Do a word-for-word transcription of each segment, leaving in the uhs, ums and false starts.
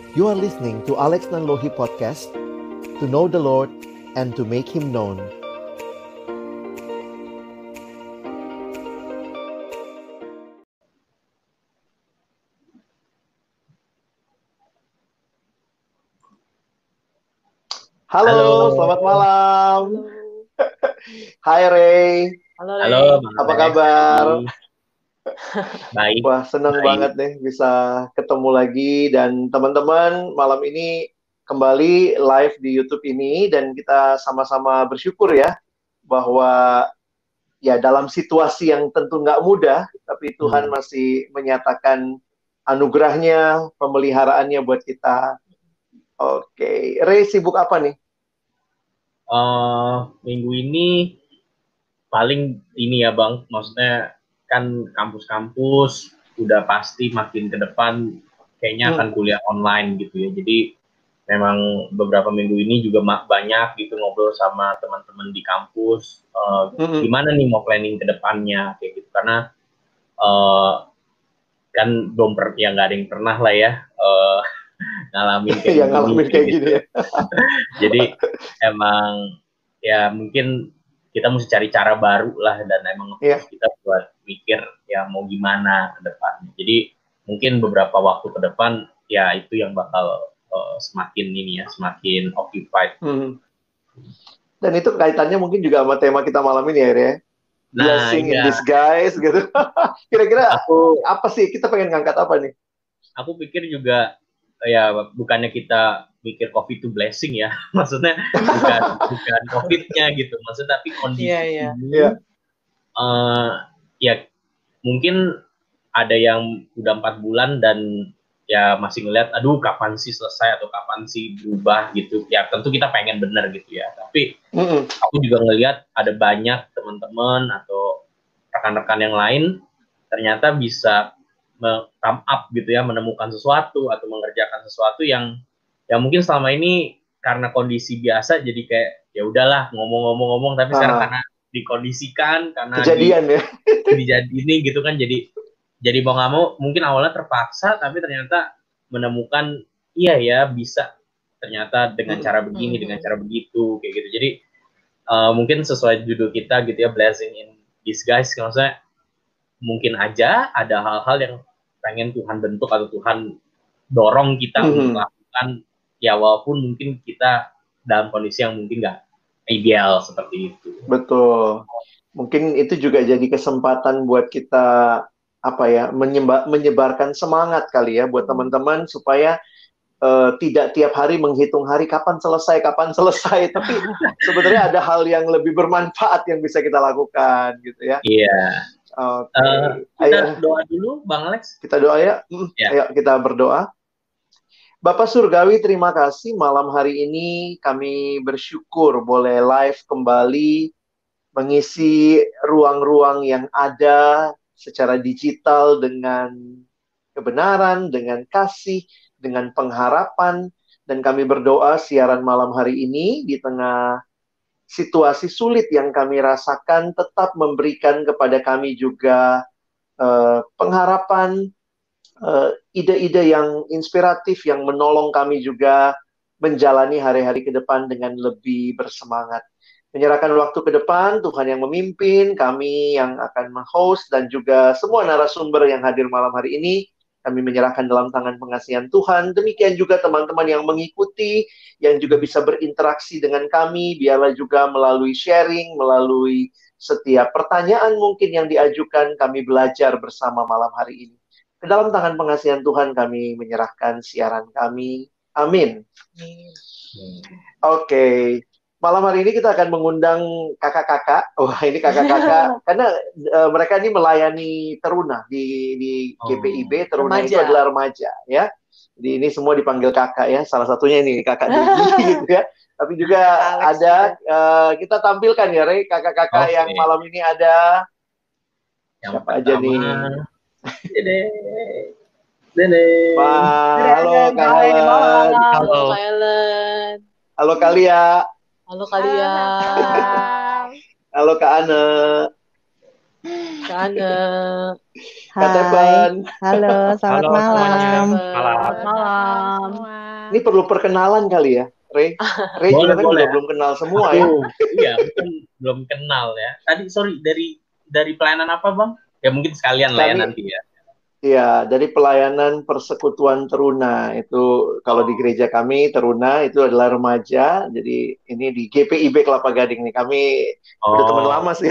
You are listening to Alex Nanlohi Podcast, to know the Lord and to make Him known. Halo, Halo. selamat malam. Halo. Hai Ray, Halo, Halo, Ray. Bang apa Alex. kabar? Baik. Wah, senang Baik. banget nih bisa ketemu lagi. Dan teman-teman, malam ini kembali live di YouTube ini. Dan kita sama-sama bersyukur ya, bahwa ya dalam situasi yang tentu nggak mudah, tapi Tuhan Hmm. masih menyatakan anugerahnya, pemeliharaannya buat kita. Oke, Ray sibuk apa nih? Uh, minggu ini paling ini ya Bang, maksudnya kan kampus-kampus udah pasti makin ke depan kayaknya Hmm. akan kuliah online gitu ya. Jadi memang beberapa minggu ini juga ma- banyak gitu ngobrol sama teman-teman di kampus. Uh, Hmm. gimana nih mau planning ke depannya kayak gitu. Karena uh, kan belum per, ya nggak ada yang pernah lah ya uh, ngalamin kayak Yang gini ngalamin kayak kayak gitu. gini ya. Jadi emang ya mungkin kita mesti cari cara baru lah dan emang Iya. kita buat mikir ya mau gimana ke depannya. Jadi mungkin beberapa waktu ke depan ya itu yang bakal uh, semakin ini ya, semakin occupied. Hmm. Dan itu kaitannya mungkin juga sama tema kita malam ini ya, Ray. Nah, Blessing in iya. disguise gitu. Kira-kira Aku apa sih? Kita pengen ngangkat apa nih? aku pikir juga ya bukannya kita mikir COVID itu blessing ya, maksudnya bukan bukan COVID-nya gitu, maksudnya tapi kondisi Iya, iya. ini Iya. eh, ya mungkin ada yang udah empat bulan dan ya masih ngeliat, aduh kapan sih selesai atau kapan sih berubah gitu. Ya tentu kita pengen bener gitu ya. Tapi Mm-mm. aku juga ngeliat ada banyak teman-teman atau rekan-rekan yang lain ternyata bisa come up gitu ya, menemukan sesuatu atau mengerjakan sesuatu yang yang mungkin selama ini karena kondisi biasa jadi kayak ya udahlah ngomong-ngomong-ngomong, tapi sekarang Ah. karena dikondisikan, karena di Kejadian ya. dijadi ini gitu kan, jadi jadi mau nggak mau mungkin awalnya terpaksa tapi ternyata menemukan iya ya bisa ternyata dengan Hmm. cara begini, Hmm. dengan cara begitu kayak gitu. Jadi uh, mungkin sesuai judul kita gitu ya, blessing in disguise, maksudnya mungkin aja ada hal-hal yang pengen Tuhan bentuk atau Tuhan dorong kita Hmm. untuk lakukan ya walaupun mungkin kita dalam kondisi yang mungkin nggak ideal seperti itu. Betul. Mungkin itu juga jadi kesempatan buat kita apa ya, menyeba- menyebarkan semangat kali ya buat teman-teman supaya uh, tidak tiap hari menghitung hari kapan selesai, kapan selesai. Tapi sebenarnya ada hal yang lebih bermanfaat yang bisa kita lakukan gitu ya. Iya. Oke. Uh, Ayo kita doa dulu, Bang Alex. kita doa ya. Mm, Ya. Ayo kita berdoa. Bapak Surgawi, terima kasih malam hari ini kami bersyukur boleh live kembali mengisi ruang-ruang yang ada secara digital dengan kebenaran, dengan kasih, dengan pengharapan. Dan kami berdoa siaran malam hari ini di tengah situasi sulit yang kami rasakan tetap memberikan kepada kami juga uh, pengharapan, uh, ide-ide yang inspiratif yang menolong kami juga menjalani hari-hari ke depan dengan lebih bersemangat. Menyerahkan waktu ke depan, Tuhan yang memimpin, kami yang akan meng-host, dan juga semua narasumber yang hadir malam hari ini, kami menyerahkan dalam tangan pengasihan Tuhan. Demikian juga teman-teman yang mengikuti, yang juga bisa berinteraksi dengan kami, biarlah juga melalui sharing, melalui setiap pertanyaan mungkin yang diajukan, kami belajar bersama malam hari ini. Ke dalam tangan pengasihan Tuhan kami menyerahkan siaran kami. Amin. Oke. Okay. Malam hari ini kita akan mengundang kakak-kakak. Wah, ini kakak-kakak karena uh, mereka ini melayani teruna di di G P I B. Teruna Remaja. itu adalah remaja ya. Jadi ini semua dipanggil kakak ya. Salah satunya ini kakak Didi gitu ya. Tapi juga Alex ada uh, kita tampilkan ya, Rey, kakak-kakak Oke. yang malam ini ada. Yang Siapa aja nih? Dede. Dede. Wah, halo Kak Hai, Helen. Halo, Halo. Kak Helen. Halo Kalia. Halo, Kalia. Halo Kak Ane. Kak Ane. Kak Tepen. Halo, selamat Halo malam. semuanya. Malam. Malam. Selamat malam. Semua. Ini perlu perkenalan kali ya, Ray. Ray Boleh, juga kan boleh. juga belum kenal semua ya. Aku, iya, aku kan belum kenal ya. Tadi sorry dari dari pelayanan apa bang? Ya mungkin sekalian lah ya Kami, nanti ya. ya, dari pelayanan persekutuan teruna. Itu kalau di gereja kami, teruna itu adalah remaja. Jadi ini di G P I B Kelapa Gading nih. Kami udah teman Oh, lama sih.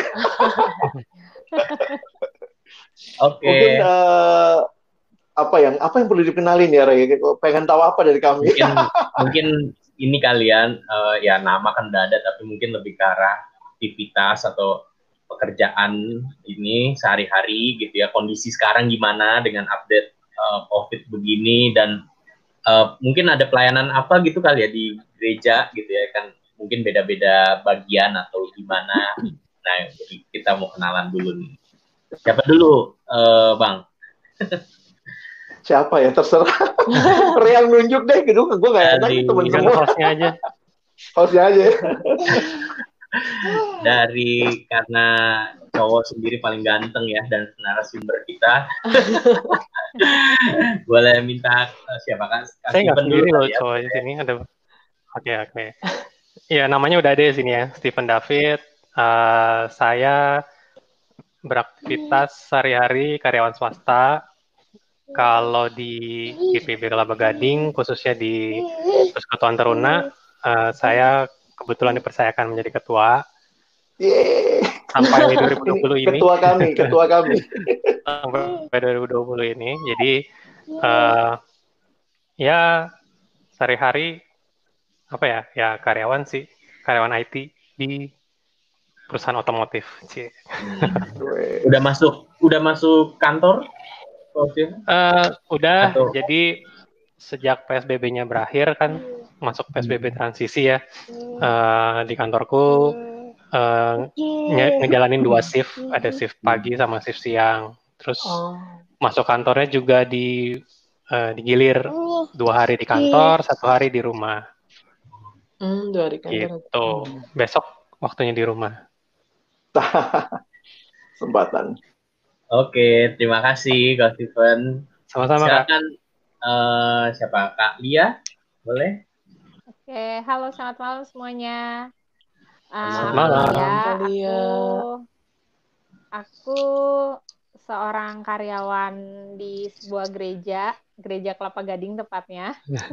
oke. Mungkin eh, apa yang apa yang perlu dikenalin ya, Ray? Pengen tahu apa dari kami? Mungkin mungkin ini kalian eh, ya nama kan udah ada tapi mungkin lebih ke arah aktivitas atau pekerjaan ini sehari-hari gitu ya. Kondisi sekarang gimana dengan update eh, COVID begini dan eh, mungkin ada pelayanan apa gitu kali ya di gereja gitu ya kan mungkin beda-beda bagian atau gimana. Nah, jadi kita mau kenalan dulu nih. Siapa dulu, eh, Bang? Siapa ya? Terserah. Ray yang nunjuk deh. Gue gue nggak enak Dari temen Kan semua. hostnya aja. Hostnya aja. dari karena cowok sendiri paling ganteng ya dan narasumber kita. Boleh minta uh, siapa kan? Saya nggak sendiri loh ya. cowok di sini ada. Oke oke. Ya namanya udah ada di sini ya, Stephen David. Uh, saya beraktivitas sehari-hari karyawan swasta. Kalau di G P I B Kelapa Gading, khususnya di Persekutuan Teruna, uh, saya kebetulan dipercayakan menjadi ketua. Yeay. Sampai dua ribu dua puluh Ini ini. Ketua kami, ketua kami. Sampai dua ribu dua puluh ini. Jadi uh, ya sehari-hari apa ya? Ya karyawan sih, karyawan I T di perusahaan otomotif. Cie. Hmm. Udah masuk, udah masuk kantor? Uh, udah. Atau... Jadi sejak P S B B-nya berakhir kan masuk P S B B transisi ya. Uh, di kantorku uh, nge ngejalanin dua shift, ada shift pagi sama shift siang. Terus oh. masuk kantornya juga di uh, digilir dua hari di kantor, satu hari di rumah. Hmm, dua hari kantor. Gitu. Besok waktunya di rumah. Kesempatan. Oke, terima kasih Kak Steven. Sama-sama Silakan uh, siapa Kak Lia? Boleh? Oke, halo selamat malam semuanya. Selamat malam. Ya, aku, aku seorang karyawan di sebuah gereja, gereja Kelapa Gading tepatnya.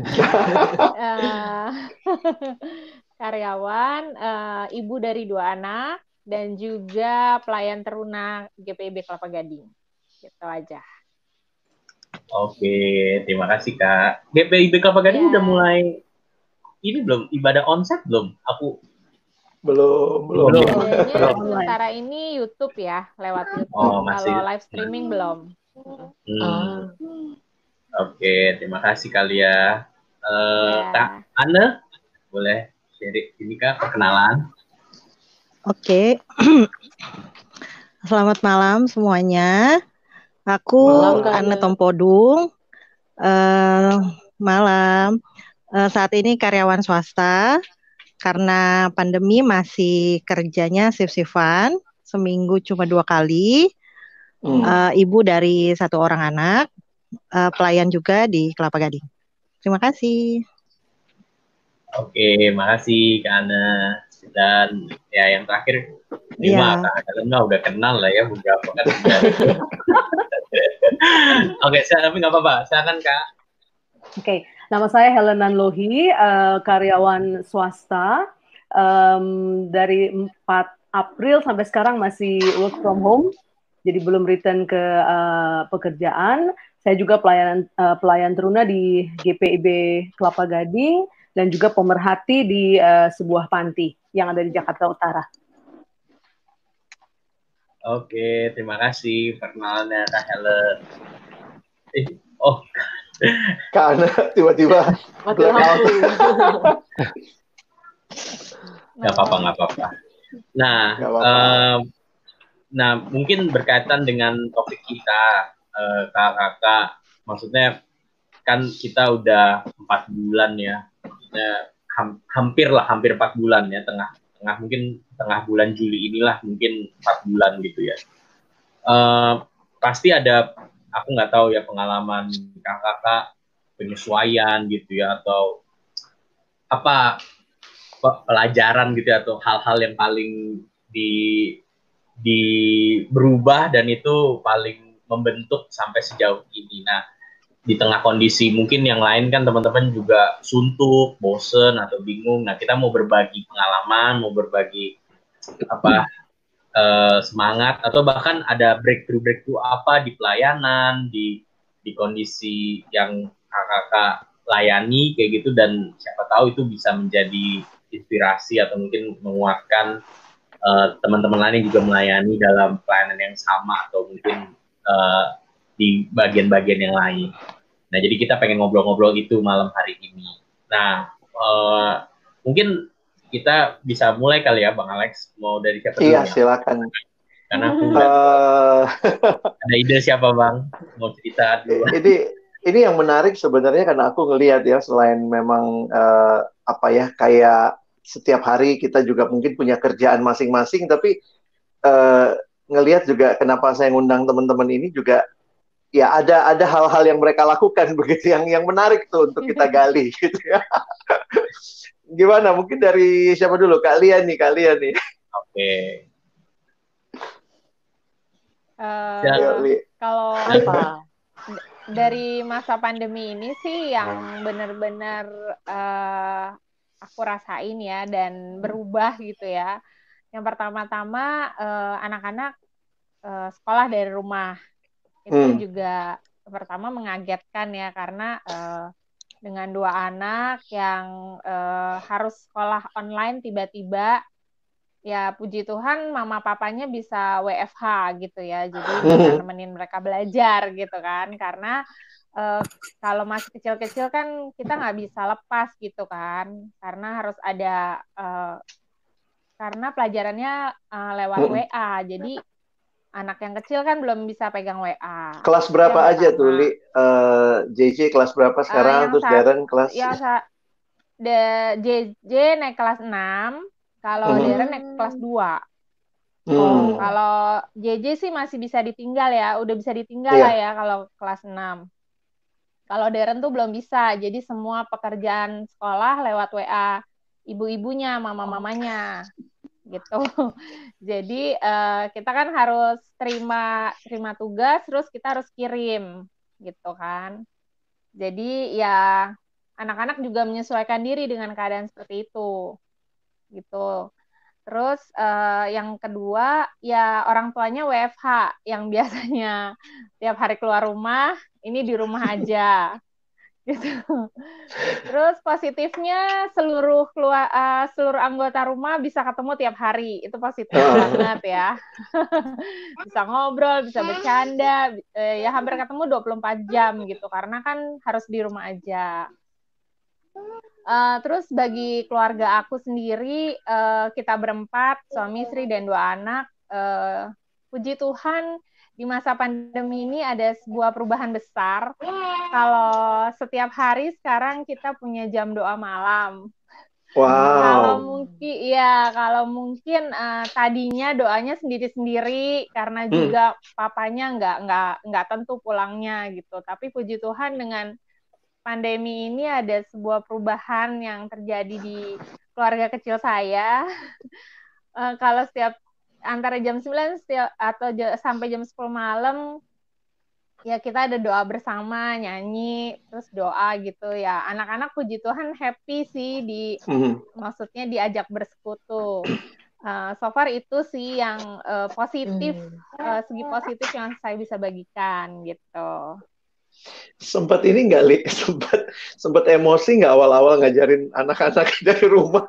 uh, karyawan, uh, ibu dari dua anak, dan juga pelayan teruna G P I B Kelapa Gading. Gitu aja. Oke, terima kasih Kak. G P I B Kelapa Gading ya. Udah mulai ini belum ibadah onsite belum? Aku belum belum. Belum. Sementara ini YouTube ya, lewat YouTube. Oh, masih. Kalau live streaming belum. Hmm. Uh. Oke, terima kasih kali ya. Uh, ya. Kak Anne, boleh share ini Kak perkenalan. Oke. Selamat malam semuanya. Aku malam, Anne Tompodung. Uh, malam. Uh, saat ini karyawan swasta. Karena pandemi masih kerjanya shift-shiftan, seminggu cuma dua kali. Hmm. Uh, ibu dari satu orang anak, uh, pelayan juga di Kelapa Gading. Terima kasih. Oke, makasih Kak Ana. Dan ya yang terakhir, Lima, yeah. Kak Helena udah kenal lah ya, beberapa kan. Oke, saya tapi nggak apa-apa, silakan Kak. Oke, nama saya Helena Lohi, uh, karyawan swasta. Um, dari empat April sampai sekarang masih work from home, jadi belum return ke uh, pekerjaan. Saya juga pelayanan uh, pelayan teruna di G P I B Kelapa Gading dan juga pemerhati di uh, sebuah panti yang ada di Jakarta Utara. Oke, terima kasih perkenalannya Kak Helen. Eh, oh, karena tiba-tiba blackout. Gak apa-apa, gak apa-apa. Nah, gak apa-apa. Um, nah mungkin berkaitan dengan topik kita, uh, kakak-kakak. Maksudnya kan kita udah empat bulan ya, maksudnya ham, hampir lah, hampir empat bulan ya, tengah, tengah mungkin tengah bulan Juli inilah mungkin empat bulan gitu ya. Uh, pasti ada, aku nggak tahu ya pengalaman kakak-kakak penyesuaian gitu ya, atau apa pelajaran gitu ya, atau hal-hal yang paling di di berubah dan itu paling membentuk sampai sejauh ini. Nah, di tengah kondisi mungkin yang lain kan teman-teman juga suntuk, bosen atau bingung. Nah, kita mau berbagi pengalaman, mau berbagi apa eh, semangat, atau bahkan ada breakthrough-breakthrough apa di pelayanan, di di kondisi yang kakak-kakak layani kayak gitu, dan siapa tahu itu bisa menjadi inspirasi atau mungkin menguatkan uh, teman-teman lain yang juga melayani dalam pelayanan yang sama atau mungkin uh, di bagian-bagian yang lain. Nah, jadi kita pengen ngobrol-ngobrol itu malam hari ini. Nah, uh, mungkin kita bisa mulai kali ya, Bang Alex. Mau dari siapa dulu? Iya, silakan. Karena aku uh... ada ide siapa, Bang? Mau cerita dulu. Ini ini yang menarik sebenarnya, karena aku ngelihat ya, selain memang uh, apa ya, kayak setiap hari kita juga mungkin punya kerjaan masing-masing, tapi uh, ngelihat juga kenapa saya ngundang teman-teman ini juga. Ya ada ada hal-hal yang mereka lakukan begitu yang yang menarik tuh untuk kita gali gitu ya. Gimana? Mungkin dari siapa dulu? Kalian nih, kalian nih. Oke. Okay. Uh, kalau apa? Dari masa pandemi ini sih yang benar-benar uh, aku rasain ya dan berubah gitu ya. Yang pertama-tama uh, anak-anak uh, sekolah dari rumah. Itu hmm. juga pertama mengagetkan ya, karena uh, dengan dua anak yang uh, harus sekolah online tiba-tiba, ya puji Tuhan mama papanya bisa W F H gitu ya, jadi bisa nemenin mereka belajar gitu kan, karena uh, kalau masih kecil-kecil kan kita nggak bisa lepas gitu kan, karena harus ada uh, karena pelajarannya uh, lewat hmm. W A, jadi anak yang kecil kan belum bisa pegang W A. Kelas berapa aja tuh, Li? Uh, J J kelas berapa sekarang? Uh, Terus Darren kelas? Yang sa- de, J J naik kelas enam, kalau hmm. Darren naik kelas dua. Hmm. Oh, kalau J J sih masih bisa ditinggal ya, udah bisa ditinggal yeah. lah ya kalau kelas enam. Kalau Darren tuh belum bisa, jadi semua pekerjaan sekolah lewat W A ibu-ibunya, mama-mamanya. Gitu. Jadi uh, kita kan harus terima terima tugas, terus kita harus kirim gitu kan. Jadi ya anak-anak juga menyesuaikan diri dengan keadaan seperti itu gitu. Terus uh, yang kedua ya orang tuanya W F H yang biasanya tiap hari keluar rumah, ini di rumah aja. Gitu. Terus positifnya seluruh keluar uh, seluruh anggota rumah bisa ketemu tiap hari, itu positif oh. banget ya. Bisa ngobrol, bisa bercanda, eh, ya hampir ketemu dua puluh empat jam gitu, karena kan harus di rumah aja. Uh, terus bagi keluarga aku sendiri, uh, kita berempat, suami istri dan dua anak, uh, puji Tuhan di masa pandemi ini ada sebuah perubahan besar. Kalau setiap hari sekarang kita punya jam doa malam. Wow. Kalau mungkin, ya kalau mungkin uh, tadinya doanya sendiri-sendiri karena juga hmm. papanya nggak nggak nggak tentu pulangnya gitu. Tapi puji Tuhan dengan pandemi ini ada sebuah perubahan yang terjadi di keluarga kecil saya. uh, kalau setiap antara jam sembilan setiap, atau j- sampai jam sepuluh malam ya kita ada doa bersama, nyanyi, terus doa gitu ya. Anak-anak puji Tuhan happy sih di mm-hmm. maksudnya diajak bersekutu. Uh, so far itu sih yang uh, positif, mm. uh, segi positif yang saya bisa bagikan gitu. Sempat ini nggak, Li? Sempat sempat emosi nggak awal-awal ngajarin anak-anak dari rumah?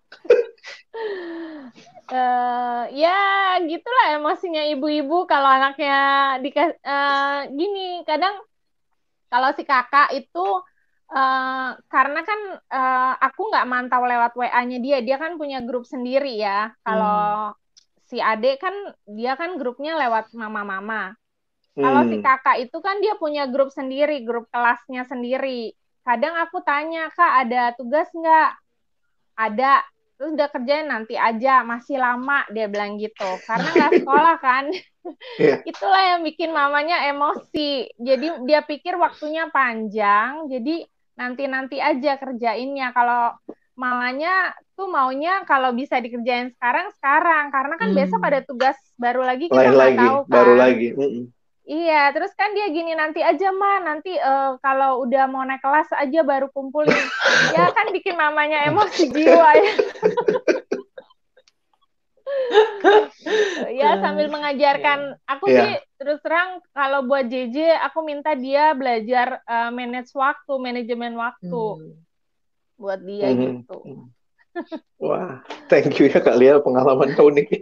Uh, ya gitulah emosinya ibu-ibu kalau anaknya di uh, gini, kadang kalau si kakak itu uh, karena kan uh, aku nggak mantau lewat W A-nya dia, dia kan punya grup sendiri ya. Kalau hmm. si adek kan dia kan grupnya lewat mama-mama. Hmm. Kalau si kakak itu kan dia punya grup sendiri, grup kelasnya sendiri. Kadang aku tanya, Kak ada tugas nggak? Ada. Terus udah kerjain nanti aja, masih lama, dia bilang gitu. Karena nggak sekolah kan. Iya. Itulah yang bikin mamanya emosi. Jadi dia pikir waktunya panjang, jadi nanti-nanti aja kerjainnya. Kalau mamanya tuh maunya kalau bisa dikerjain sekarang, sekarang. Karena kan besok ada tugas baru lagi, kita Lain nggak lagi, tahu baru kan. lagi. Mm-mm. Iya, terus kan dia gini, nanti aja mah, nanti eh, kalau udah mau naik kelas aja baru kumpulin. Ya kan bikin mamanya emosi jiwa ya. Ya sambil mengajarkan, aku Iya. sih terus terang kalau buat J J, aku minta dia belajar uh, manage waktu, manajemen waktu buat dia Mhm. gitu. Wah, thank you ya Kak Lia, pengalaman kau nih.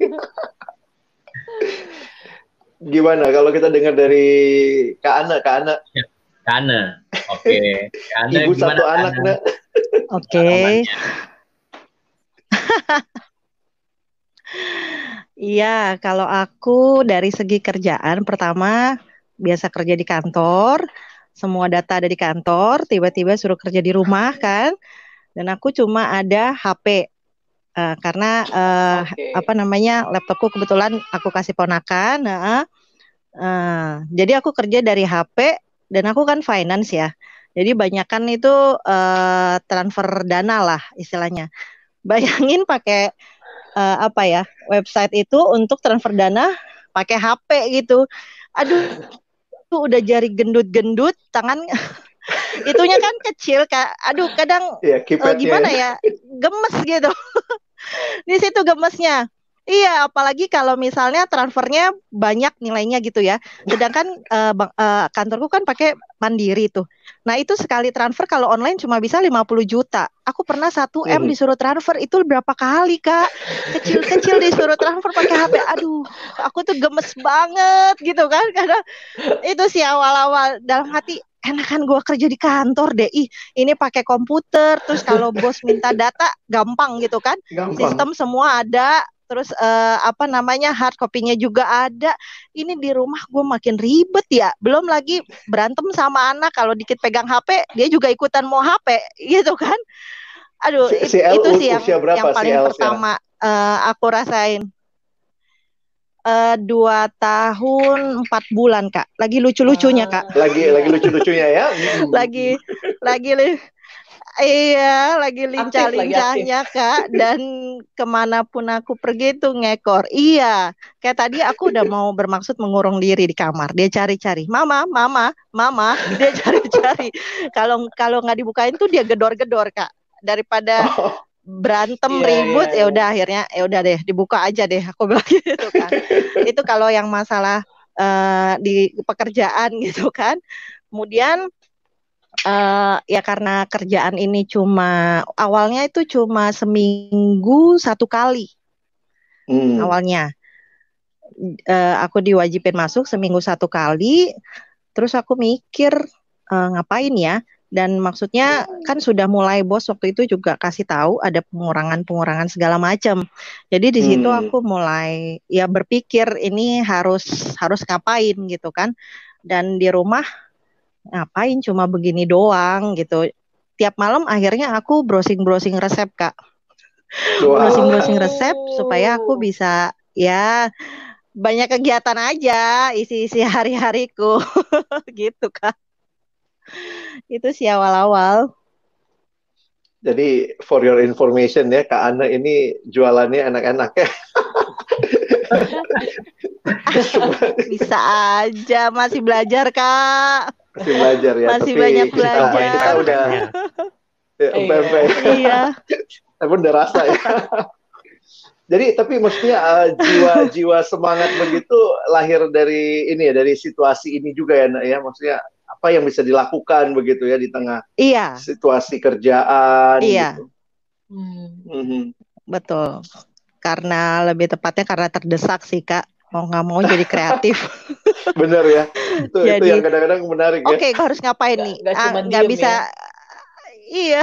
Gimana kalau kita dengar dari Kak Ana, Kak Ana? Kak Ana, oke. Kak Ana, Ibu gimana satu Kak anak, Ana? Nak. Oke. Iya, kalau aku dari segi kerjaan, pertama biasa kerja di kantor, semua data ada di kantor, tiba-tiba suruh kerja di rumah kan, dan aku cuma ada H P, uh, karena uh, Oke. apa namanya laptopku kebetulan aku kasih ponakan, uh, uh, jadi aku kerja dari H P dan aku kan finance ya, jadi banyakan itu uh, transfer dana lah istilahnya. Bayangin pakai uh, apa ya website itu untuk transfer dana pakai H P gitu. Aduh, tuh udah jari gendut-gendut, tangan itunya kan kecil Kak. Aduh, kadang Ya, uh, gimana ya? Gemes gitu. Di situ gemesnya. Iya, apalagi kalau misalnya transfernya banyak nilainya gitu ya. Sedangkan uh, bang, uh, kantorku kan pakai Mandiri tuh. Nah, itu sekali transfer kalau online cuma bisa lima puluh juta. Aku pernah satu M Mhm. disuruh transfer, itu berapa kali, Kak? Kecil-kecil disuruh transfer pakai H P. Aduh, aku tuh gemes banget gitu kan. Karena itu sih awal-awal dalam hati, enakan gue kerja di kantor deh. Ih, ini pakai komputer. Terus kalau bos minta data, gampang gitu kan. Gampang. Sistem semua ada. Terus uh, apa namanya hard copy-nya juga ada. Ini di rumah gue makin ribet ya. Belum lagi berantem sama anak. Kalau dikit pegang H P, dia juga ikutan mau H P, gitu kan. Aduh, Si, it, si L itu sih yang, usia berapa yang paling si L pertama uh, aku rasain. Uh, dua tahun empat bulan Kak. Lagi lucu-lucunya Kak. Lagi lagi lucu-lucunya ya. lagi lagi iya lagi lincah-lincahnya Kak, dan kemanapun aku pergi tuh ngekor. Iya, kayak tadi aku udah mau bermaksud mengurung diri di kamar, dia cari-cari, mama, mama, mama, dia cari-cari. Kalau kalau nggak dibukain tuh dia gedor-gedor Kak, daripada Oh. berantem Iya, ribut iya, ya iya. udah akhirnya ya udah deh dibuka aja deh, aku bilang gitu kan. Itu kalau yang masalah uh, di pekerjaan gitu kan. Kemudian Uh, ya karena kerjaan ini cuma awalnya itu cuma seminggu satu kali. Hmm. Awalnya uh, aku diwajibin masuk seminggu satu kali. Terus aku mikir uh, ngapain ya? Dan maksudnya kan sudah mulai bos waktu itu juga kasih tahu ada pengurangan-pengurangan segala macam. Jadi di situ Hmm. aku mulai ya berpikir ini harus harus ngapain gitu kan. Dan di rumah ngapain cuma begini doang gitu. Tiap malam akhirnya aku browsing-browsing resep Kak. Wow. Browsing-browsing resep supaya aku bisa ya banyak kegiatan aja isi-isi hari-hariku gitu Kak. Itu sih awal-awal. Jadi for your information ya, Kak Ana ini jualannya anak-anak ya. Bisa aja, masih belajar Kak. Masih belajar ya. Masih tapi banyak kita, belajar. kita udah ya, Iya. Iya. Tapi udah rasa ya. Jadi tapi maksudnya uh, jiwa-jiwa semangat begitu lahir dari ini ya, dari situasi ini juga ya Nak ya. Maksudnya apa yang bisa dilakukan begitu ya di tengah Iya. situasi kerjaan Iya. gitu. Hmm. Mm-hmm. Betul. Karena lebih tepatnya karena terdesak sih Kak. Mau nggak mau jadi kreatif. Bener ya. Itu, Jadi, itu yang kadang-kadang menarik ya. Oke, okay, harus ngapain Gak, nih? gak Ah, cuma nggak diem bisa. ya. Iya.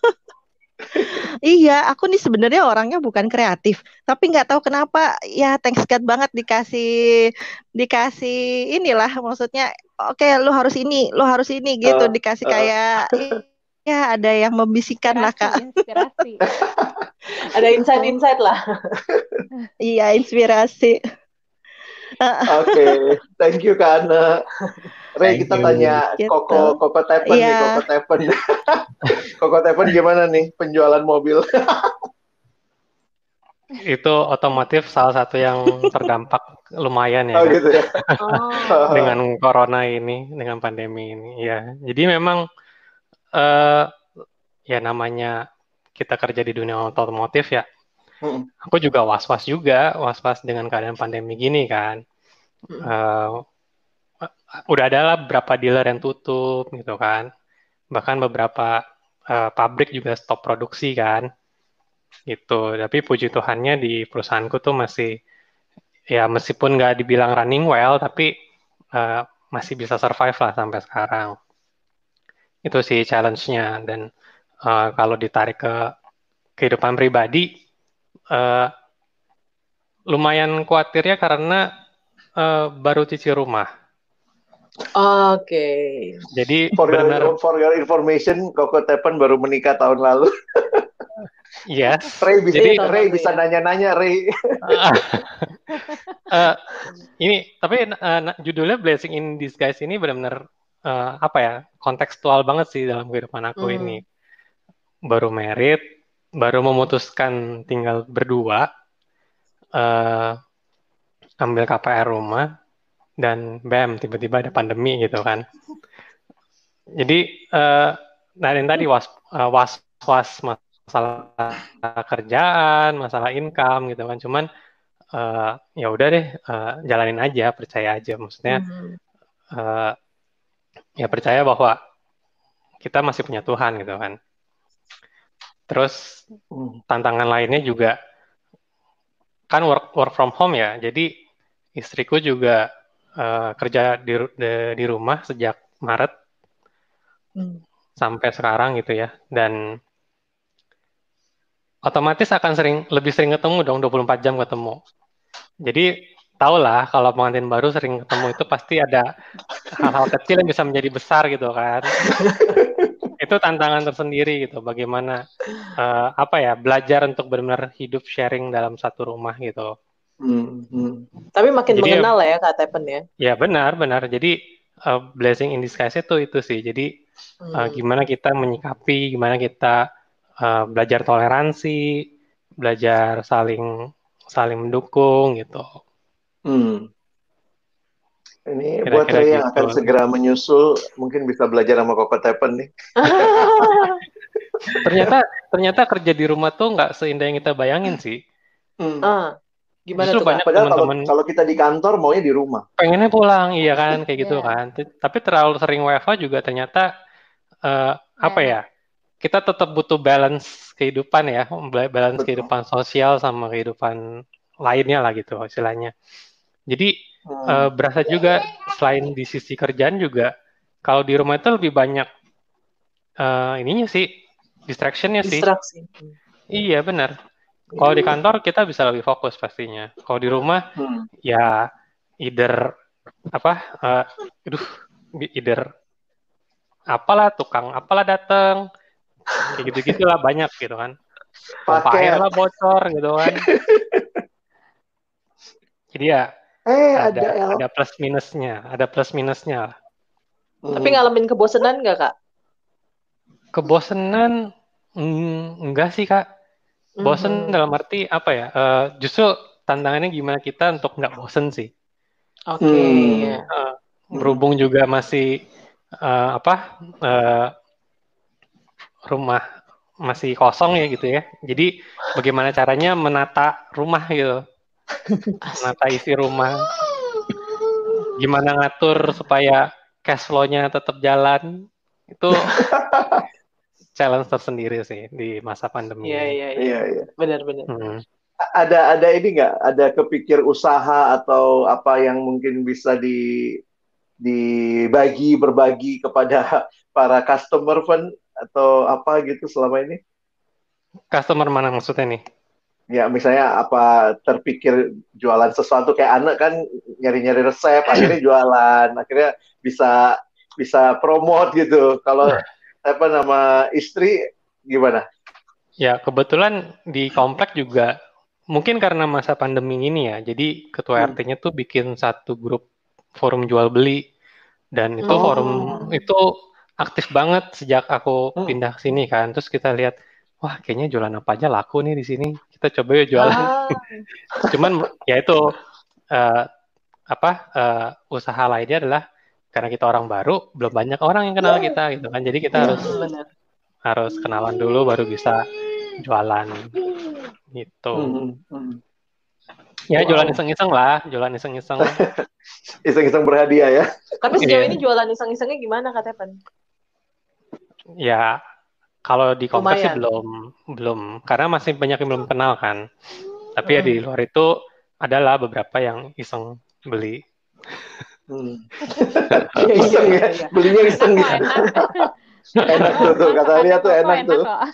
Iya, aku nih sebenarnya orangnya bukan kreatif, tapi nggak tahu kenapa ya thanks God banget dikasih dikasih inilah maksudnya. Oke, okay, lu harus ini, lu harus ini gitu, Uh, dikasih uh. kayak ya ada yang membisikkan lah Kak. Inspirasi. Ada insight-insight lah. Iya, inspirasi. Oke, thank you Kak Ana. Ray, Thank kita you. tanya Gitu. Koko Koko Tepen nih, Iya. Koko Tepen. Koko Tepen gimana nih penjualan mobil? Itu otomotif salah satu yang terdampak lumayan ya Oh Kak. gitu ya. Oh. Dengan corona ini, dengan pandemi ini. Ya, jadi memang eh ya namanya kita kerja di dunia otomotif ya. Mm, Aku juga was-was juga, was-was dengan keadaan pandemi gini kan. Mm. Eh, udah ada lah beberapa dealer yang tutup gitu kan. Bahkan beberapa eh, pabrik juga stop produksi kan. Gitu. Tapi puji Tuhannya di perusahaanku tuh masih ya meskipun nggak dibilang running well, tapi eh, masih bisa survive lah sampai sekarang. Itu sih challenge-nya. Dan eh, kalau ditarik ke kehidupan pribadi, eh, lumayan khawatirnya karena eh, baru cicil rumah. Oke. Jadi For your, benar, for your information, Koko Tepen baru menikah tahun lalu. yes. Ray bisa, Jadi Iya, tahun Ray lalu bisa ya. nanya-nanya, Ray. eh, ini tapi eh, na- judulnya Blessing in Disguise ini benar-benar eh, apa ya, kontekstual banget sih dalam kehidupan aku ini. Hmm. Baru married, baru memutuskan tinggal berdua, eh, ambil K P R rumah, dan bam, tiba-tiba ada pandemi gitu kan. Jadi, eh, nah yang tadi was eh, was-was masalah kerjaan, masalah income gitu kan. Cuman eh, ya udah deh, eh, jalanin aja, percaya aja. Maksudnya Hmm. eh, ya percaya bahwa kita masih punya Tuhan gitu kan. Terus Hmm. tantangan lainnya juga kan work work from home ya. Jadi istriku juga eh, kerja di, ru- di di rumah sejak Maret Hmm. sampai sekarang gitu ya. Dan otomatis akan sering lebih sering ketemu dong, dua puluh empat jam ketemu. Jadi tau lah kalau pengantin baru sering ketemu itu pasti ada hal-hal kecil yang bisa menjadi besar gitu kan. Itu tantangan tersendiri gitu. Bagaimana eh, apa ya, belajar untuk benar-benar hidup sharing dalam satu rumah gitu. Hmm. Hmm. Tapi makin Jadi mengenal lah ya Kak Tepen ya. ya benar benar. Jadi eh, blessing in disguise itu itu sih. Jadi eh, Hmm. gimana kita menyikapi, gimana kita eh, belajar toleransi, belajar saling saling mendukung gitu. Hmm. Ini buat Kira-kira Ray yang gitu. akan segera menyusul, mungkin bisa belajar sama Koko Tepen nih. Ternyata ternyata kerja di rumah tuh nggak seindah yang kita bayangin sih. Hmm. Ah, gimana Justru tuh Kak? banyak Padahal kalau teman-teman kalau kita di kantor maunya di rumah. pengennya pulang, iya kan, kayak gitu Iya. kan. T- Tapi terlalu sering W F H juga ternyata eh, apa Nggak ya? Kita tetap butuh balance kehidupan ya, ba- balance Betul. kehidupan sosial sama kehidupan lainnya lah gitu istilahnya. Jadi eh, Hmm. berasa juga selain di sisi kerjaan juga kalau di rumah itu lebih banyak eh, ininya sih, distractionnya sih. Distraksi. Hmm. Iya benar. Kalau di kantor kita bisa lebih fokus pastinya. Kalau di rumah Hmm. ya either apa, eh, aduh, either apalah tukang apalah datang, kayak gitu-gitulah banyak gitu kan. Pompa air Paket. lah bocor gitu kan. Jadi ya Eh, ada ada El. ada plus minusnya, ada plus minusnya lah. Tapi Hmm. ngalamin kebosanan nggak Kak? Kebosanan mm, enggak sih Kak. Bosen Mhm. dalam arti apa ya? Eh, justru tantangannya gimana kita untuk nggak bosen sih. Oke, Hmm. ya. Eh, Hmm. berhubung juga masih eh, apa eh, rumah masih kosong ya gitu ya. Jadi bagaimana caranya menata rumah gitu, menata Asik. isi rumah. Gimana ngatur supaya cash flow-nya tetap jalan. Itu challenge tersendiri sih di masa pandemi Iya, ini. iya, iya. Iya, iya. Benar-benar. Hmm. Ada ada ini nggak? Ada kepikir usaha atau apa yang mungkin bisa di dibagi berbagi kepada para customer fund atau apa gitu selama ini? Customer mana maksudnya nih? Ya misalnya apa terpikir jualan sesuatu kayak anak kan nyari-nyari resep akhirnya jualan akhirnya bisa bisa promote gitu. Kalau apa nama istri gimana? Ya kebetulan di komplek juga mungkin karena masa pandemi ini ya, jadi ketua Hmm. R T-nya tuh bikin satu grup forum jual beli, dan itu Oh. forum itu aktif banget sejak aku Hmm. pindah ke sini kan. Terus kita lihat, wah kayaknya jualan apa aja laku nih di sini. Kita coba yuk jualan. Ah, Cuman ya itu eh, apa eh, usaha lainnya adalah karena kita orang baru, belum banyak orang yang kenal kita gitu kan. Jadi kita Iya. harus benar. harus kenalan dulu baru bisa jualan gitu. Hmm. Hmm. Ya jualan Wow. iseng-iseng lah, jualan iseng-iseng. Iseng-iseng berhadiah ya. Tapi sejauh Iya. ini jualan iseng-isengnya gimana Kak Tepen? Ya kalau di kompleks sih Lumayan. belum belum karena masih banyak yang belum kenal kan. Tapi ya Hmm. di luar itu adalah beberapa yang iseng beli. Hmm. Iya, iya, Iseng iya, ya, iya. belinya iseng Enak ya. kok, enak. Enak tuh, tuh. Kata dia tuh Kok enak enak tuh. kok.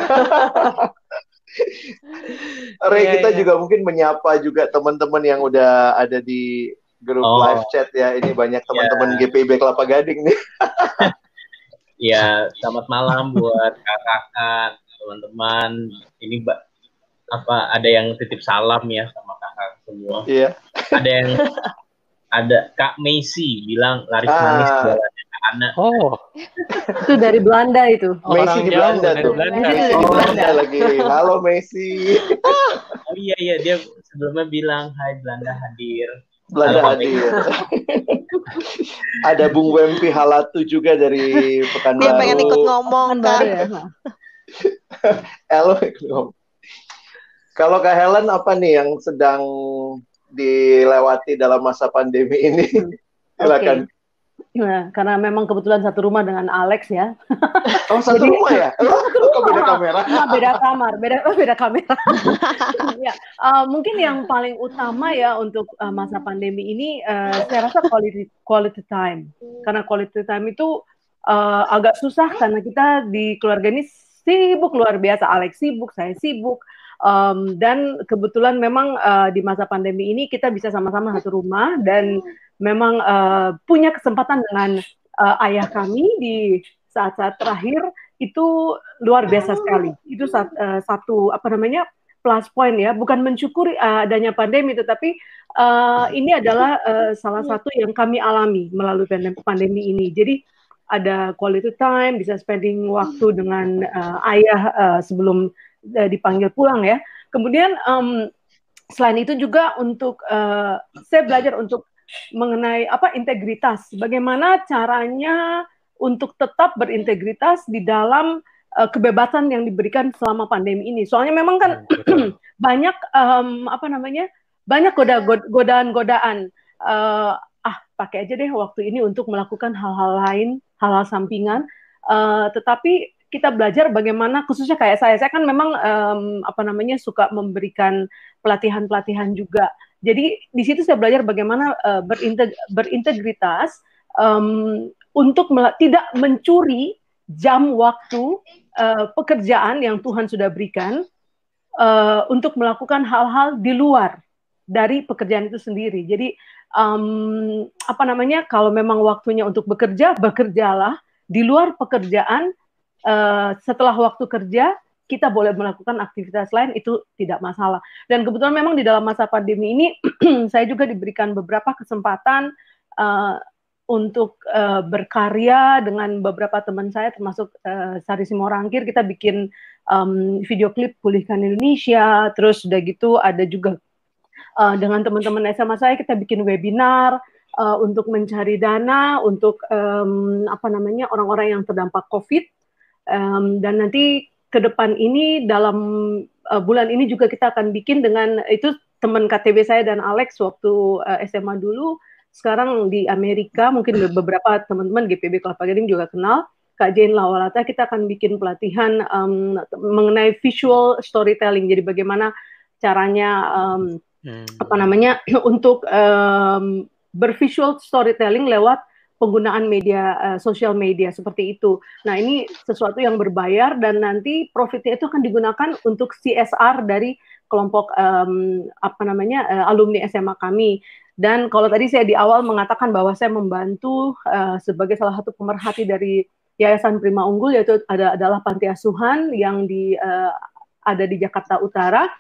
Ray, Iya, kita iya. juga mungkin menyapa juga teman-teman yang udah ada di grup Oh. live chat ya. Ini banyak teman-teman G P B Kelapa Gading nih. Ya, selamat malam buat kakak-kakak, teman-teman. Ini ba- apa ada yang titip salam ya sama kakak semua. Iya. Ada yang ada Kak Messi bilang laris manis Ah. jualannya Kak Ana. Oh, Itu dari Belanda itu. Messi orang di jauh Belanda dari tuh. Belanda. Messi dari Oh, Belanda. Belanda lagi. Halo Messi. Oh iya iya dia sebelumnya bilang Hai Belanda hadir. Belanda Halo, hadir. Ada Bung Wempi Halatu juga dari Pekanbaru. Dia pengen ikut ngomong Kan baru kan. ya. Halo. Kalau Kak Helen apa nih yang sedang dilewati dalam masa pandemi ini? Silakan. Nah, karena memang kebetulan satu rumah dengan Alex ya. Oh, satu Jadi- rumah ya? Oh, kok beda kamera? Cuma beda kamar, beda oh, beda kamera. Ya, uh, mungkin yang paling utama ya untuk uh, masa pandemi ini, uh, saya rasa quality quality time. Karena quality time itu uh, agak susah karena kita di keluarga ini sibuk luar biasa. Alex sibuk, saya sibuk. Um, dan kebetulan memang uh, di masa pandemi ini kita bisa sama-sama satu rumah dan memang uh, punya kesempatan dengan uh, ayah kami di saat-saat terakhir itu luar biasa sekali. Itu sat, uh, satu apa namanya plus point ya, bukan mensyukuri uh, adanya pandemi, tetapi uh, ini adalah uh, salah satu yang kami alami melalui pandem- pandemi ini. Jadi ada quality time, bisa spending waktu dengan uh, ayah uh, sebelum uh, dipanggil pulang ya. Kemudian um, selain itu juga untuk uh, saya belajar untuk mengenai apa integritas, bagaimana caranya untuk tetap berintegritas di dalam uh, kebebasan yang diberikan selama pandemi ini. Soalnya memang kan banyak um, apa namanya banyak goda godaan-godaan. Uh, ah pakai aja deh waktu ini untuk melakukan hal-hal lain, hal-hal sampingan. Uh, tetapi kita belajar bagaimana khususnya kayak saya, saya kan memang um, apa namanya suka memberikan pelatihan-pelatihan juga. Jadi di situ saya belajar bagaimana uh, berinteg berintegritas um, untuk tidak mencuri jam waktu uh, pekerjaan yang Tuhan sudah berikan uh, untuk melakukan hal-hal di luar dari pekerjaan itu sendiri. Jadi um, apa namanya kalau memang waktunya untuk bekerja, bekerjalah di luar pekerjaan. Uh, setelah waktu kerja kita boleh melakukan aktivitas lain, itu tidak masalah. Dan kebetulan memang di dalam masa pandemi ini saya juga diberikan beberapa kesempatan uh, untuk uh, berkarya dengan beberapa teman saya, termasuk uh, Sari Simorangkir. Kita bikin um, video klip Pulihkan Indonesia, terus udah gitu ada juga uh, dengan teman-teman S M A saya kita bikin webinar uh, untuk mencari dana untuk um, apa namanya orang-orang yang terdampak COVID. Um, dan nanti ke depan ini dalam uh, bulan ini juga kita akan bikin dengan itu teman K T B saya dan Alex waktu uh, S M A dulu, sekarang di Amerika, mungkin beberapa teman-teman G P B Kelapa Gading juga kenal, Kak Jane Lawalata. Kita akan bikin pelatihan um, mengenai visual storytelling, jadi bagaimana caranya um, hmm. apa namanya untuk um, bervisual storytelling lewat penggunaan media uh, sosial media seperti itu. Nah, ini sesuatu yang berbayar dan nanti profitnya itu akan digunakan untuk C S R dari kelompok um, apa namanya uh, alumni S M A kami. Dan kalau tadi saya di awal mengatakan bahwa saya membantu uh, sebagai salah satu pemerhati dari Yayasan Prima Unggul, yaitu ada adalah panti asuhan yang di uh, ada di Jakarta Utara.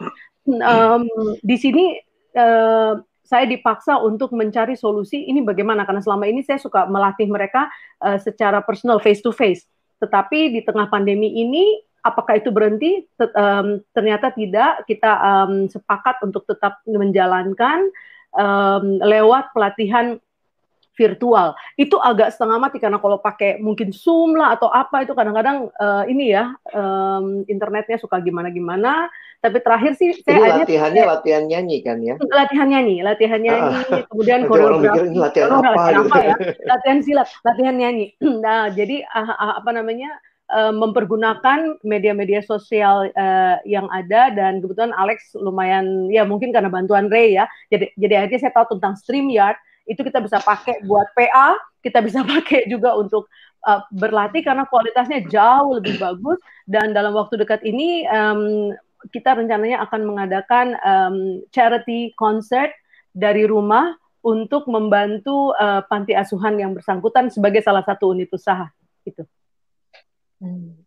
um, di sini uh, saya dipaksa untuk mencari solusi ini bagaimana, karena selama ini saya suka melatih mereka uh, secara personal, face to face. Tetapi di tengah pandemi ini, apakah itu berhenti? Tet, um, ternyata tidak. Kita um, sepakat untuk tetap menjalankan um, lewat pelatihan virtual. Itu agak setengah mati karena kalau pakai mungkin Zoom lah atau apa itu kadang-kadang uh, ini ya um, internetnya suka gimana-gimana. Tapi terakhir sih saya Ini akhirnya latihannya pakai- latihan nyanyi kan ya? latihan nyanyi, latihan nyanyi, Ah, kemudian nanti orang mikir koreografi, ini latihan oh, apa latihan gitu. apa ya? Latihan silat, latihan nyanyi. Nah, jadi ah, ah, apa namanya eh, mempergunakan media-media sosial eh, yang ada dan kebetulan Alex lumayan ya mungkin karena bantuan Ray ya. Jadi jadi akhirnya saya tahu tentang StreamYard itu kita bisa pakai buat P A, kita bisa pakai juga untuk uh, berlatih karena kualitasnya jauh lebih bagus dan dalam waktu dekat ini um, kita rencananya akan mengadakan um, charity concert dari rumah untuk membantu uh, panti asuhan yang bersangkutan sebagai salah satu unit usaha gitu. Oke,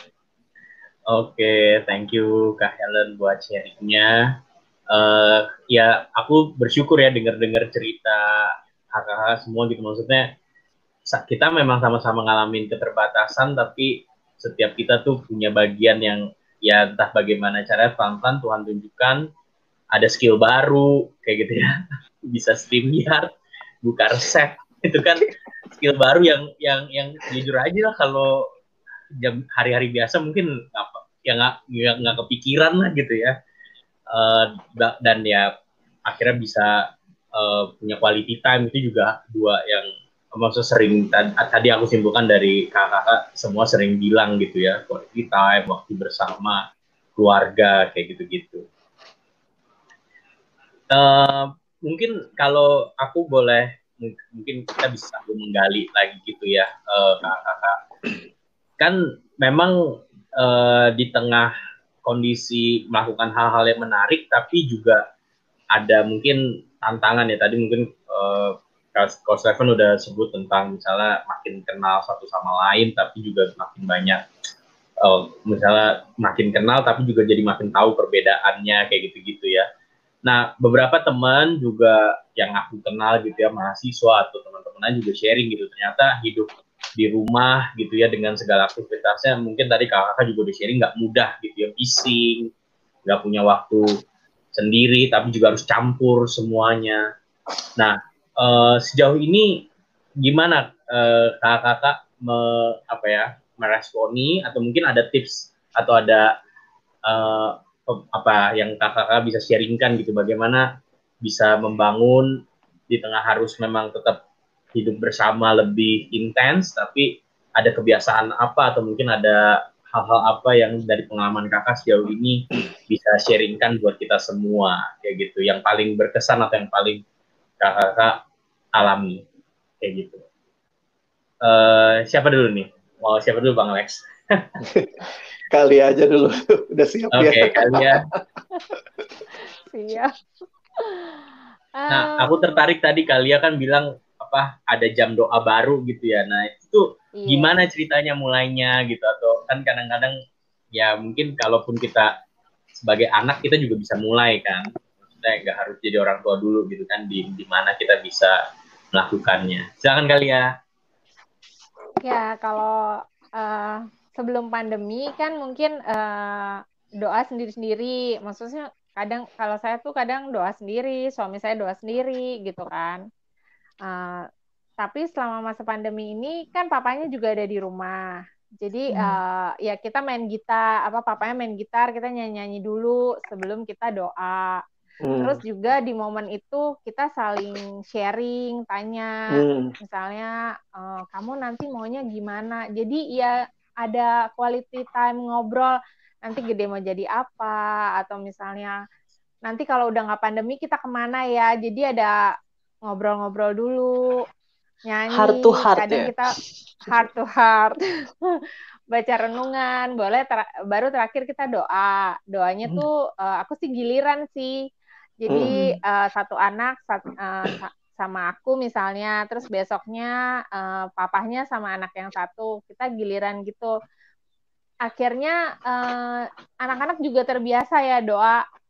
okay, thank you Kak Helen buat sharingnya. Uh, ya aku bersyukur ya dengar-dengar cerita kakak-kakak semua gitu, maksudnya kita memang sama-sama ngalamin keterbatasan tapi setiap kita tuh punya bagian yang ya entah bagaimana caranya pelan-pelan Tuhan tunjukkan ada skill baru kayak gitu ya, bisa StreamYard, buka resep, itu kan skill baru yang yang yang jujur aja lah kalau jam hari-hari biasa mungkin apa ya nggak nggak kepikiran lah gitu ya. Uh, dan ya akhirnya bisa uh, punya quality time itu juga dua yang maksudnya sering tadi aku simpulkan dari kakak-kakak semua sering bilang gitu ya, quality time, waktu bersama keluarga kayak gitu-gitu. Uh, mungkin kalau aku boleh mungkin kita bisa menggali lagi gitu ya uh, kakak-kakak, kan memang uh, di tengah kondisi melakukan hal-hal yang menarik, tapi juga ada mungkin tantangan ya. Tadi mungkin uh, Coach Stephen udah sebut tentang misalnya makin kenal satu sama lain, tapi juga makin banyak, uh, misalnya makin kenal, tapi juga jadi makin tahu perbedaannya kayak gitu-gitu ya. Nah, beberapa teman juga yang aku kenal gitu ya, mahasiswa atau teman-teman juga sharing gitu, ternyata hidup di rumah gitu ya dengan segala aktivitasnya, mungkin tadi kakak juga udah sharing nggak mudah gitu ya, bising, nggak punya waktu sendiri tapi juga harus campur semuanya. Nah uh, sejauh ini gimana uh, kakak-kakak me, apa ya meresponi atau mungkin ada tips atau ada uh, apa yang kakak-kakak bisa sharingkan gitu, bagaimana bisa membangun di tengah harus memang tetap hidup bersama lebih intens, tapi ada kebiasaan apa atau mungkin ada hal-hal apa yang dari pengalaman kakak sejauh ini bisa sharingkan buat kita semua kayak gitu, yang paling berkesan atau yang paling kakak-kakak alami kayak gitu. Uh, siapa dulu nih? Mau siapa dulu Bang Alex? Kali aja dulu, udah siap okay, ya? Oke, kali ya. Siap. Nah, aku tertarik tadi Kalia kan bilang apa ada jam doa baru gitu ya. Nah, itu yeah. Gimana ceritanya mulainya gitu, atau kan kadang-kadang ya mungkin kalaupun kita sebagai anak kita juga bisa mulai kan. Maksudnya nggak harus jadi orang tua dulu gitu kan, di di mana kita bisa melakukannya. Silakan Kalia. Ya, kalau uh, sebelum pandemi kan mungkin uh, doa sendiri-sendiri. Maksudnya kadang kalau saya tuh kadang doa sendiri, suami saya doa sendiri gitu kan. Uh, tapi selama masa pandemi ini kan papanya juga ada di rumah. Jadi hmm. uh, ya kita main gitar, apa papanya main gitar, kita nyanyi-nyanyi dulu sebelum kita doa. Hmm. Terus juga di momen itu kita saling sharing, tanya, hmm. misalnya e, kamu nanti maunya gimana. Jadi ya ada quality time ngobrol, nanti gede mau jadi apa, atau misalnya nanti kalau udah nggak pandemi kita kemana ya. Jadi ada ngobrol-ngobrol dulu, nyanyi, heart to heart, kadang ya? Kita heart to heart. Baca renungan, boleh ter- baru terakhir kita doa. Doanya hmm. tuh uh, aku sih giliran sih. Jadi hmm. uh, satu anak satu, uh, sama aku misalnya, terus besoknya uh, papahnya sama anak yang satu, kita giliran gitu. Akhirnya uh, anak-anak juga terbiasa ya doa.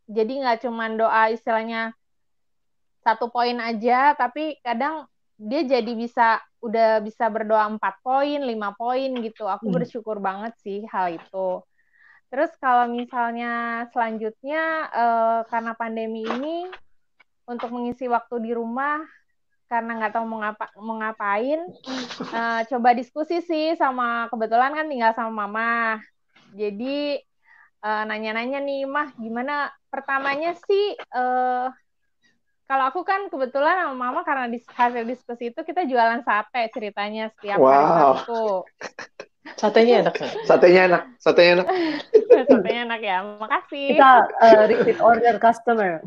jadi nggak cuma doa istilahnya satu poin aja, tapi kadang dia jadi bisa udah bisa berdoa empat poin, lima poin gitu. Aku Hmm. bersyukur banget sih hal itu. Terus kalau misalnya selanjutnya eh, karena pandemi ini untuk mengisi waktu di rumah karena nggak tahu mau, ngapa, mau ngapain, eh, coba diskusi sih sama, kebetulan kan tinggal sama mama. Jadi eh, nanya-nanya nih, Mah gimana? Pertamanya sih eh, kalau aku kan kebetulan sama mama karena di hasil diskusi itu kita jualan sate ceritanya setiap hari Wow. Sabtu. Satenya enak kan? Satenya enak, satenya enak. Satenya enak ya, makasih. Kita uh, repeat order customer.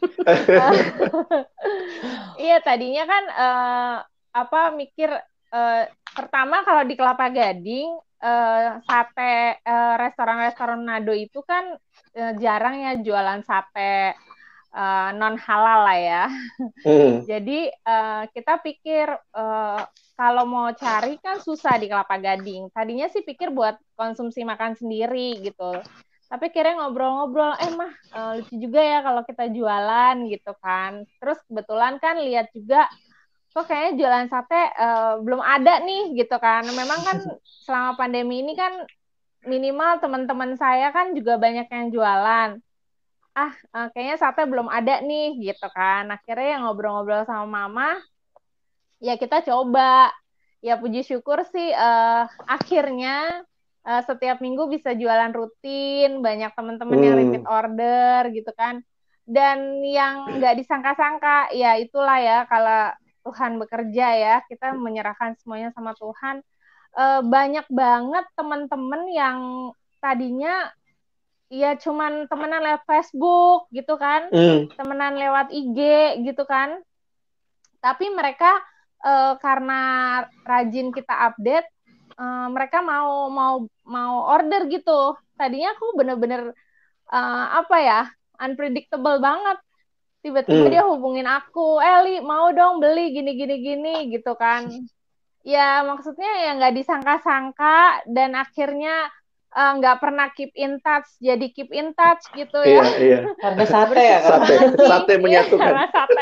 Iya, tadinya kan uh, apa mikir uh, pertama kalau di Kelapa Gading uh, sate uh, restoran-restoran Manado itu kan uh, jarang ya jualan sate uh, non halal lah ya. Hmm. Jadi uh, kita pikir uh, kalau mau cari kan susah di Kelapa Gading. Tadinya sih pikir buat konsumsi makan sendiri gitu. Tapi kira ngobrol-ngobrol, eh mah uh, lucu juga ya kalau kita jualan gitu kan. Terus kebetulan kan lihat juga, kok kayaknya jualan sate uh, belum ada nih gitu kan. Memang kan selama pandemi ini kan minimal teman-teman saya kan juga banyak yang jualan. Ah, uh, kayaknya sate belum ada nih gitu kan. Akhirnya yang ngobrol-ngobrol sama mama, ya kita coba. Ya puji syukur sih uh, akhirnya uh, setiap minggu bisa jualan rutin, banyak teman-teman hmm. yang repeat order gitu kan. Dan yang nggak disangka-sangka, ya itulah ya kalau Tuhan bekerja ya, kita menyerahkan semuanya sama Tuhan. Uh, banyak banget teman-teman yang tadinya ya cuman temenan lewat Facebook gitu kan, hmm. temenan lewat I G gitu kan. Tapi mereka uh, karena rajin kita update, uh, mereka mau mau mau order gitu. Tadinya aku bener-bener uh, apa ya, unpredictable banget. Tiba-tiba hmm. dia hubungin aku, Eli mau dong beli gini-gini gini gitu kan. Ya maksudnya ya nggak disangka-sangka dan akhirnya nggak uh, pernah keep in touch, jadi keep in touch gitu ya. Iya, iya. Karena sate ya kan? Sate, sate menyatukan. Karena sate.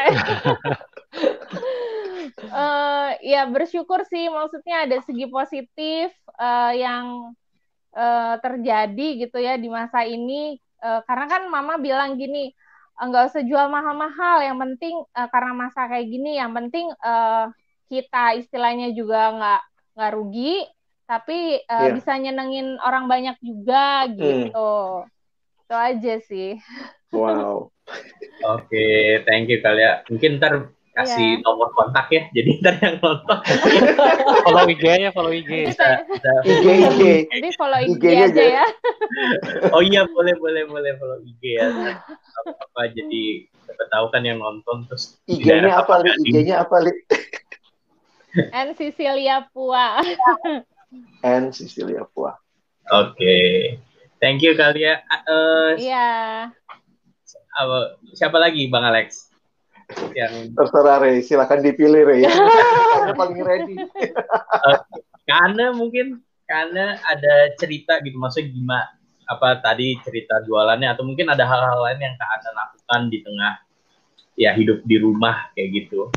uh, ya bersyukur sih, maksudnya ada segi positif uh, yang uh, terjadi gitu ya di masa ini. Uh, karena kan mama bilang gini, nggak usah jual mahal-mahal, yang penting uh, karena masa kayak gini, yang penting uh, kita istilahnya juga nggak nggak rugi, tapi uh, yeah. bisa nyenengin orang banyak juga gitu. Hmm. Itu aja sih. Wow. Oke, okay, thank you Kalia. Mungkin ntar kasih yeah. nomor kontak ya, jadi ntar yang nonton. Follow I G ya, follow I G. Bisa, bisa. I G, I G. Jadi follow I G aja ya. Oh iya, boleh, boleh, boleh follow I G ya. Apa jadi siapa tahu kan yang nonton terus. I G-nya apa, Li? I G-nya apa, Li? N Cecilia Pua. N Cecilia Pua. Oke, okay. Thank you Kalia. Uh, iya. Uh, siapa lagi, Bang Alex? Yang terserah Rey, silakan dipilih Rey ya. Karena paling ready. uh, karena mungkin karena ada cerita gitu, maksudnya gimana? Apa tadi cerita jualannya atau mungkin ada hal-hal lain yang Kak Ana lakukan di tengah ya hidup di rumah kayak gitu.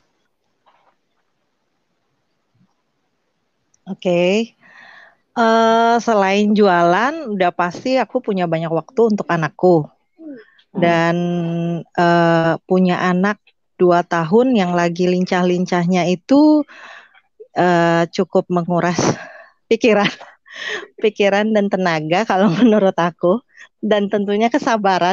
Oke, okay. uh, selain jualan, udah pasti aku punya banyak waktu untuk anakku dan uh, punya anak dua tahun yang lagi lincah-lincahnya itu uh, cukup menguras pikiran, pikiran dan tenaga kalau menurut aku, dan tentunya kesabaran.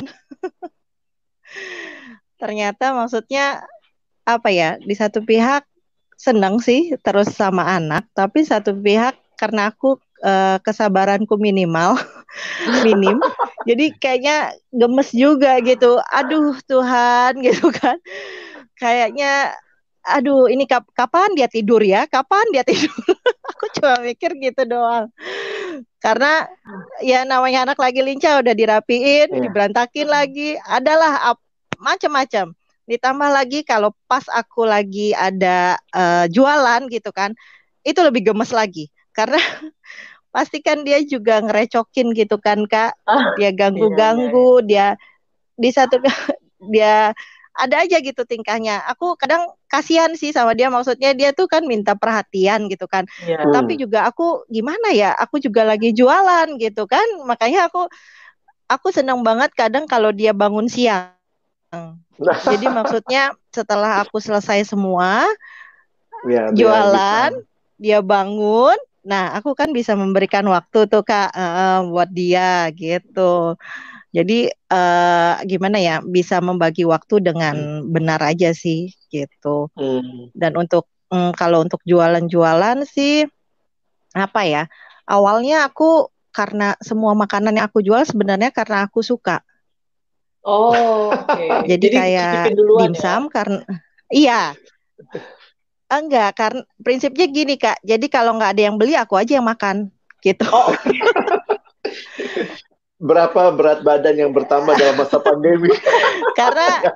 Ternyata maksudnya apa ya? Di satu pihak senang sih terus sama anak, tapi satu pihak karena aku uh, kesabaranku minimal, minim, jadi kayaknya gemes juga gitu. Aduh Tuhan gitu kan, kayaknya aduh ini kap- kapan dia tidur ya, kapan dia tidur. Aku cuma mikir gitu doang. Karena ya namanya anak lagi lincah udah dirapiin, yeah. diberantakin lagi, adalah ap- macam-macam. Ditambah lagi kalau pas aku lagi ada uh, jualan gitu kan, itu lebih gemes lagi. Karena pasti kan dia juga ngerecokin gitu kan Kak. Dia ganggu-ganggu, dia di satu dia ada aja gitu tingkahnya. Aku kadang kasihan sih sama dia, maksudnya dia tuh kan minta perhatian gitu kan. Iya. Tapi juga aku gimana ya, aku juga lagi jualan gitu kan. Makanya aku aku senang banget kadang kalau dia bangun siang. Jadi maksudnya setelah aku selesai semua Ya, dia jualan, bisa. dia bangun. Nah, aku kan bisa memberikan waktu tuh Kak eh, buat dia gitu. Jadi eh, gimana ya, bisa membagi waktu dengan benar aja sih gitu. Hmm. Dan untuk mm, kalau untuk jualan-jualan sih apa ya? Awalnya aku karena semua makanan yang aku jual sebenarnya karena aku suka. Oh, oke. Jadi, Jadi kayak cicipin duluan ya. dimsum karena iya. Enggak, karena prinsipnya gini Kak. Jadi kalau nggak ada yang beli, aku aja yang makan gitu. Oh, oke. Berapa berat badan yang bertambah dalam masa pandemi? Karena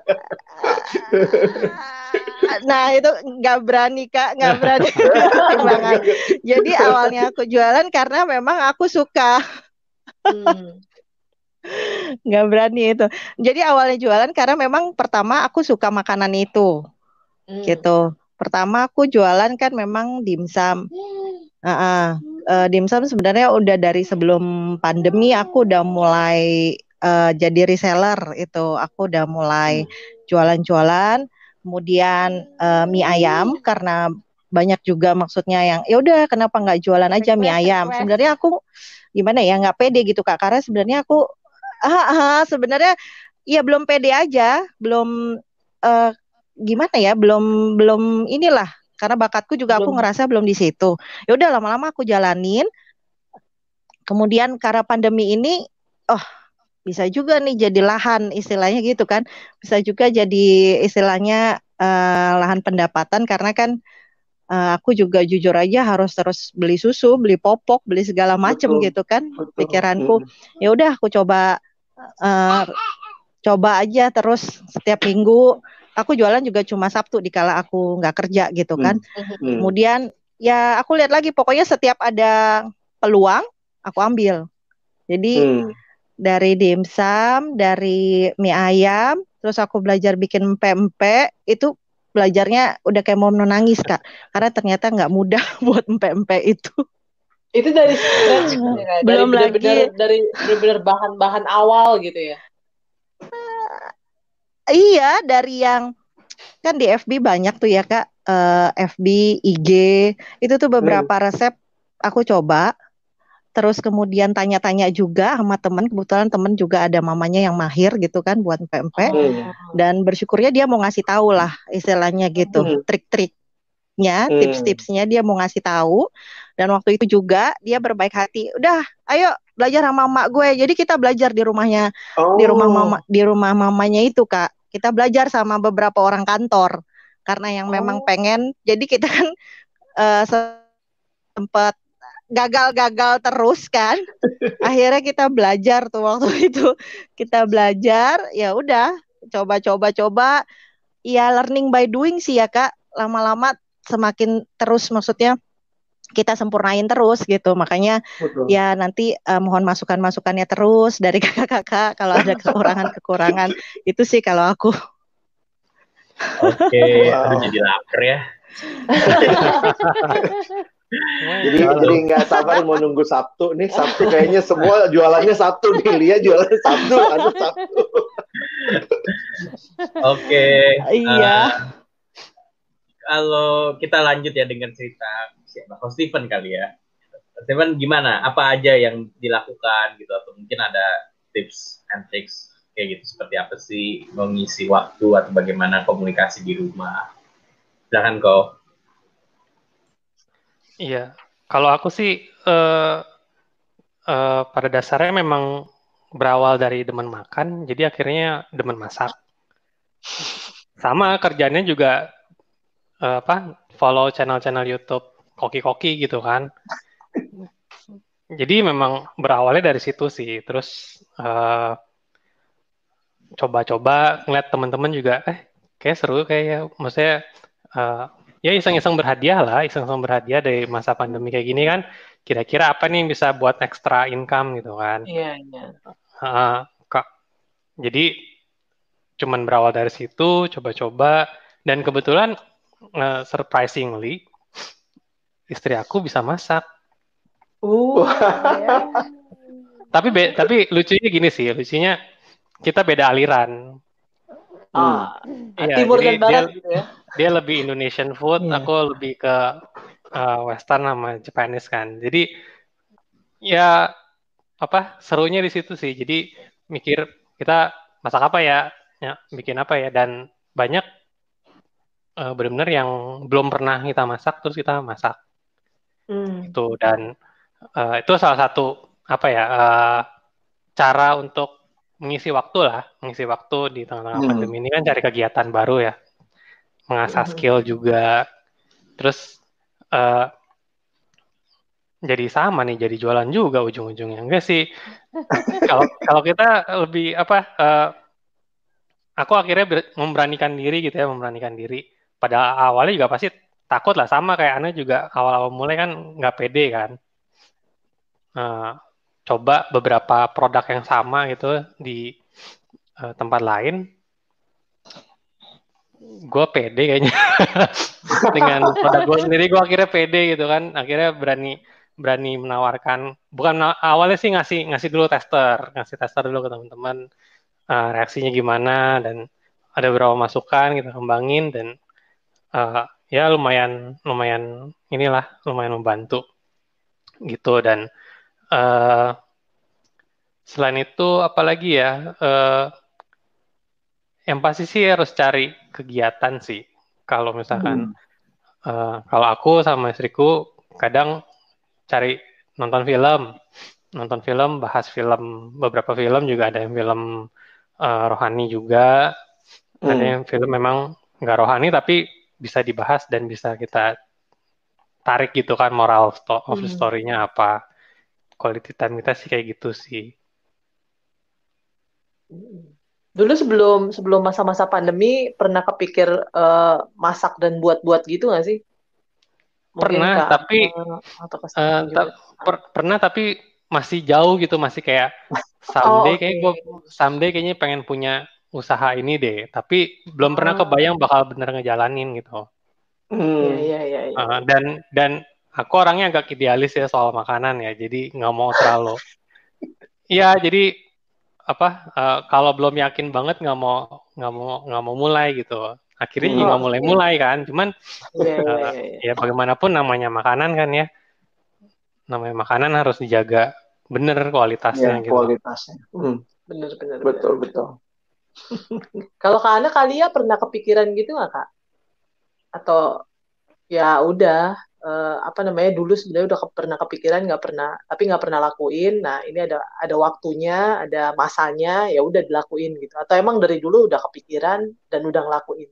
nah itu nggak berani Kak, nggak berani pertimbangan. Jadi awalnya aku jualan karena memang aku suka. Hmm. Nggak berani itu. Jadi awalnya jualan karena memang pertama aku suka makanan itu, Hmm. gitu. Pertama aku jualan kan memang dimsum. Uh-uh. Uh, dimsum sebenarnya udah dari sebelum pandemi aku udah mulai uh, jadi reseller itu. Aku udah mulai jualan-jualan. Kemudian uh, mie ayam karena banyak juga maksudnya yang ya udah kenapa nggak jualan aja mie ayam. Sebenarnya aku gimana ya nggak pede gitu Kak, karena sebenarnya aku ah, ah, sebenarnya ya belum pede aja, belum uh, gimana ya, belum belum inilah. Karena bakatku juga aku Belum. ngerasa belum di situ. Ya udah lama-lama aku jalanin. Kemudian karena pandemi ini, oh bisa juga nih jadi lahan istilahnya gitu kan. Bisa juga jadi istilahnya uh, lahan pendapatan karena kan uh, aku juga jujur aja harus terus beli susu, beli popok, beli segala macem Betul, gitu kan. betul. Pikiranku, Hmm. ya udah aku coba uh, coba aja terus setiap minggu. Aku jualan juga cuma Sabtu dikala aku nggak kerja gitu kan. Hmm. Kemudian ya aku lihat lagi pokoknya setiap ada peluang aku ambil. Jadi Hmm. dari dimsum, dari mie ayam, terus aku belajar bikin empek-empek, itu belajarnya udah kayak mau nangis Kak. Karena ternyata nggak mudah buat empek-empek itu. Itu dari scratch ya, Kak? Dari Belum benar-benar lagi. dari benar-benar bahan-bahan awal gitu ya. Iya, dari yang kan di F B banyak tuh ya Kak, uh, F B, I G, itu tuh beberapa Hmm. resep aku coba. Terus kemudian tanya-tanya juga sama teman, kebetulan teman juga ada mamanya yang mahir gitu kan buat empek-empek. Hmm. Dan bersyukurnya dia mau ngasih tahu lah istilahnya gitu, Hmm. trik-triknya, Hmm. tips-tipsnya dia mau ngasih tahu. Dan waktu itu juga dia berbaik hati, udah ayo belajar sama emak gue. Jadi kita belajar di rumahnya, Oh. di rumah mama, di rumah mamanya itu Kak. Kita belajar sama beberapa orang kantor karena yang memang Oh. pengen. Jadi kita kan uh, sempat gagal-gagal terus kan. Akhirnya kita belajar tuh waktu itu. Kita belajar, ya udah coba-coba-coba. Ya learning by doing sih ya Kak. Lama-lama semakin terus maksudnya kita sempurnain terus gitu. Makanya Betul. ya nanti uh, mohon masukan-masukannya terus dari kakak-kakak kalau ada kekurangan-kekurangan. Itu sih kalau aku. Oke, Wow. aduh jadi lapar ya. Jadi jadi nggak sabar mau nunggu Sabtu nih. Sabtu kayaknya semua jualannya Sabtu nih. Lia jualannya Sabtu, anu Sabtu. Oke. Iya. Uh, kalau kita lanjut ya dengan cerita siapa? Ko Steven kali ya. Steven gimana? Apa aja yang dilakukan gitu atau mungkin ada tips and tricks kayak gitu seperti apa sih mengisi waktu atau bagaimana komunikasi di rumah? Silakan kau. Iya, kalau aku sih uh, uh, pada dasarnya memang berawal dari demen makan, jadi akhirnya demen masak. Sama kerjanya juga uh, apa follow channel-channel YouTube koki-koki gitu kan. Jadi memang berawalnya dari situ sih. Terus uh, coba-coba ngeliat teman-teman juga, eh kayak seru kayak, maksudnya uh, ya iseng-iseng berhadiah lah, iseng-iseng berhadiah dari masa pandemi kayak gini kan. Kira-kira apa nih yang bisa buat extra income gitu kan. Iya, iya. Uh, kak, jadi cuman berawal dari situ, coba-coba, dan kebetulan uh, surprisingly istri aku bisa masak. Uh, ya. Tapi be, tapi lucunya gini sih, lucunya kita beda aliran. Ah, Iya, timur jadi dan barat dia gitu ya. dia lebih Indonesian food, Iya. aku lebih ke uh, Western sama Japanese kan. Jadi ya apa serunya di situ sih. Jadi mikir kita masak apa ya, ya bikin apa ya, dan banyak uh, benar-benar yang belum pernah kita masak terus kita masak Hmm. itu, dan uh, itu salah satu apa ya uh, cara untuk mengisi waktu lah, mengisi waktu di tengah-tengah Hmm. pandemi ini kan, cari kegiatan baru ya, mengasah Mhm. skill juga, terus uh, jadi sama nih, jadi jualan juga ujung-ujungnya. Enggak sih, kalau kalau kita lebih apa, uh, aku akhirnya ber- memberanikan diri gitu ya, memberanikan diri. Pada awalnya juga pasti takut lah, sama kayak Ana juga awal-awal mulai kan nggak pede kan. Uh, coba beberapa produk yang sama gitu di uh, tempat lain, gue pede kayaknya dengan produk gue sendiri, gue akhirnya pede gitu kan, akhirnya berani berani menawarkan, bukan na- awalnya sih ngasih ngasih dulu tester, ngasih tester dulu ke teman-teman, uh, reaksinya gimana, dan ada beberapa masukan kita kembangin, dan uh, ya lumayan lumayan inilah lumayan membantu gitu. Dan uh, selain itu apalagi ya, uh, yang pasti sih harus cari kegiatan sih. Kalau misalkan Hmm. uh, kalau aku sama istriku kadang cari nonton film, nonton film, bahas film, beberapa film juga ada yang film uh, rohani juga, ada Hmm. yang film memang nggak rohani tapi bisa dibahas dan bisa kita tarik gitu kan, moral sto- of the Hmm. story-nya apa. Quality time kita sih kayak gitu sih. Dulu sebelum sebelum masa-masa pandemi pernah kepikir eh, masak dan buat-buat gitu nggak sih? Mungkin Pernah, Kak tapi Ana atau Kak uh, Stefan juga. ta- per- pernah tapi masih jauh gitu, masih kayak Oh, someday oke. kayak gue someday kayaknya pengen punya usaha ini deh, tapi belum pernah Ah, kebayang bakal bener ngejalanin gitu. iya, Hmm. iya, iya, iya. Uh, dan dan aku orangnya agak idealis ya soal makanan ya, jadi nggak mau terlalu. Iya, jadi apa? Uh, kalau belum yakin banget nggak mau nggak mau nggak mau mulai gitu. Akhirnya juga Hmm. nggak Oh, oke. mulai-mulai kan. Cuman Iya, iya, uh, iya, iya. ya bagaimanapun namanya makanan kan ya, namanya makanan harus dijaga bener Ya, kualitasnya gitu. kualitasnya. Hmm. Bener, bener, bener. Betul, betul. Kalau Kak Ana, Kalia pernah kepikiran gitu nggak Kak? Atau ya udah eh, apa namanya dulu sebenarnya udah ke- pernah kepikiran nggak pernah tapi nggak pernah lakuin. Nah ini ada ada waktunya, ada masanya, ya udah dilakuin gitu. Atau emang dari dulu udah kepikiran dan udah ngelakuin.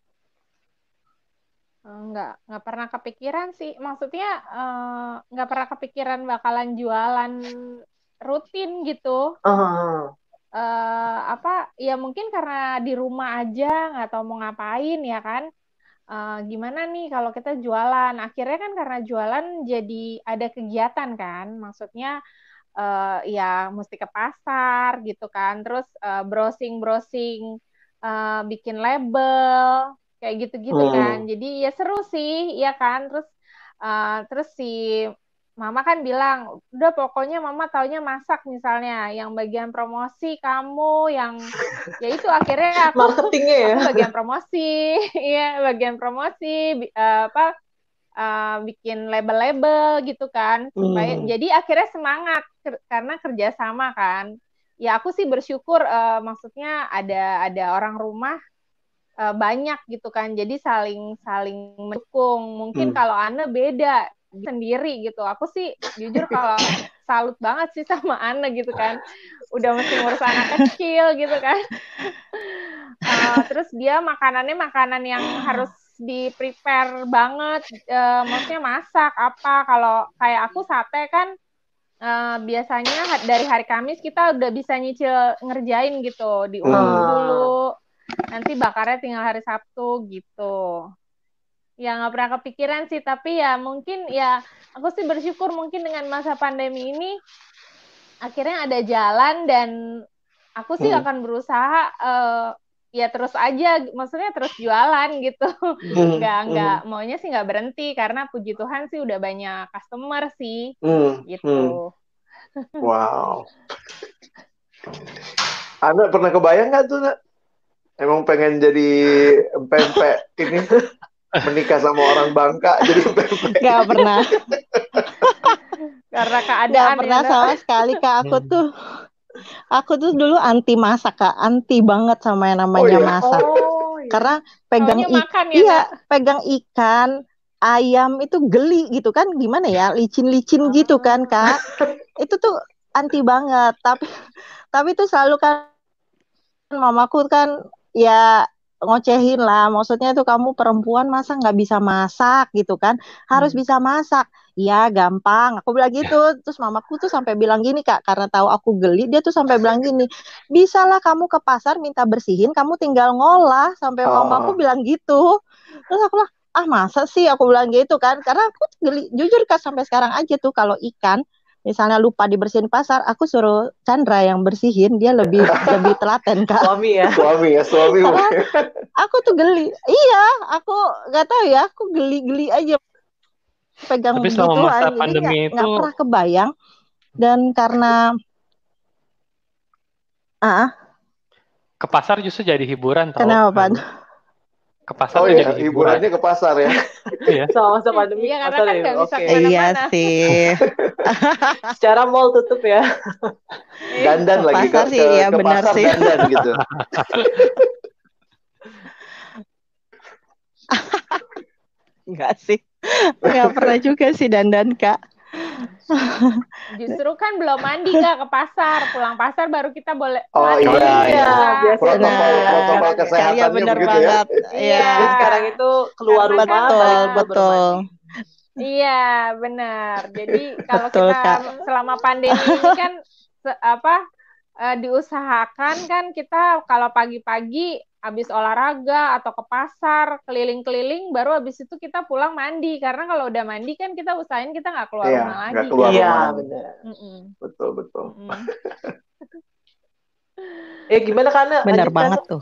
Nggak, nggak pernah kepikiran sih. Maksudnya eh, nggak pernah kepikiran bakalan jualan rutin gitu. Ah, Eh, apa ya mungkin karena di rumah aja nggak tahu mau ngapain ya kan. Eh, gimana nih kalau kita jualan? Akhirnya kan karena jualan jadi ada kegiatan kan. Maksudnya eh, ya mesti ke pasar gitu kan. Terus eh, browsing-browsing, eh, bikin label kayak gitu-gitu kan. hmm. Jadi ya seru sih, ya kan. Terus eh, terus si Mama kan bilang, udah pokoknya Mama taunya masak misalnya, yang bagian promosi kamu, yang ya itu akhirnya aku marketingnya ya. aku bagian promosi, ya bagian promosi, bi- eh, apa uh, bikin label-label gitu kan supaya Hmm. jadi akhirnya semangat ker- karena kerjasama kan ya aku sih bersyukur uh, maksudnya ada ada orang rumah uh, banyak gitu kan jadi saling saling mendukung mungkin Hmm. kalau Ana beda sendiri gitu aku sih jujur kalau salut banget sih sama Ana gitu kan udah mesti ngurus anak kecil gitu kan uh, terus dia makanannya makanan yang harus di prepare banget uh, maksudnya masak apa kalau kayak aku sate kan uh, biasanya dari hari Kamis kita udah bisa nyicil ngerjain gitu diungkep Hmm. dulu nanti bakarnya tinggal hari Sabtu gitu ya nggak pernah kepikiran sih tapi ya mungkin ya aku sih bersyukur mungkin dengan masa pandemi ini akhirnya ada jalan dan aku sih Hmm. akan berusaha uh, ya terus aja, maksudnya terus jualan gitu. Hmm, Nggak hmm, nggak maunya sih nggak berhenti karena puji Tuhan sih udah banyak customer sih hmm, hmm. gitu. Wow. Ana pernah kebayang nggak tuh, Nak? Emang pengen jadi empek-empek ini menikah sama orang Bangka jadi empek-empek? Nggak pernah, Karena nggak keadaan pernah ya, Nak. sama sekali Kak. Aku tuh, aku tuh dulu anti masak Kak, anti banget sama yang Oh namanya ya. masak. Oh, iya. Karena pegang Taunya ik, makan ya, iya, Nak. pegang ikan, ayam itu geli gitu kan, gimana ya, licin-licin gitu kan Ah. Kak. Itu tuh anti banget. Tapi, tapi tuh selalu kan mamaku kan ya ngocehin lah, maksudnya tuh kamu perempuan masa nggak bisa masak gitu kan, harus Hmm. bisa masak. Ya gampang, aku bilang gitu. Terus mamaku tuh sampai bilang gini Kak, karena tahu aku geli, dia tuh sampai bilang gini, bisalah kamu ke pasar minta bersihin, kamu tinggal ngolah. Sampai mamaku Oh. bilang gitu. Terus aku bilang, ah masa sih, aku bilang gitu kan, karena aku tuh geli, jujur Kak, sampai sekarang aja tuh kalau ikan misalnya lupa dibersihin pasar, aku suruh Chandra yang bersihin, dia lebih lebih telaten Kak. Suami ya. Suami ya, suami. Karena aku tuh geli, iya, aku nggak tahu ya, aku geli-geli aja pegang Tapi selama begituan, masa jadi pandemi nggak itu, nggak pernah kebayang. Dan karena ah ke pasar justru jadi hiburan tau. kenapa Pan? Hana. Ke pasar Oh tuh iya, jadi hiburan. hiburannya ke pasar ya. Iya. Sama masa pandemi Iya, karena pasar kan ya. nggak bisa Oke. kemana- Iya Mana-mana. sih. Secara mall tutup ya. Dandan Ke lagi ke, pasar sih, ke, ya ke benar pasar sih. dandan gitu. Enggak sih, nggak pernah juga sih dandan Kak. Justru kan belum mandi Kak ke pasar, pulang pasar baru kita boleh Oh mandi. iya, iya. Kak. biasanya Protokol gitu protokol sekarang ya. kesehatannya Iya benar begitu ya. banget. Iya. Iya. Sekarang itu keluar Karena rumah, kan, balik Betul, rumah baru betul. mandi. Iya, benar. Jadi kalau Betul, kita Kak. selama pandemi ini kan se- apa eh, diusahakan kan kita kalau pagi-pagi habis olahraga atau ke pasar keliling-keliling baru habis itu kita pulang mandi karena kalau udah mandi kan kita usahain kita nggak keluar Iya, rumah lagi. nggak keluar Iya, rumah. benar. Mm-mm. Betul, betul. Mm. Eh gimana Kana? Benar Lanjut, banget Kana. tuh.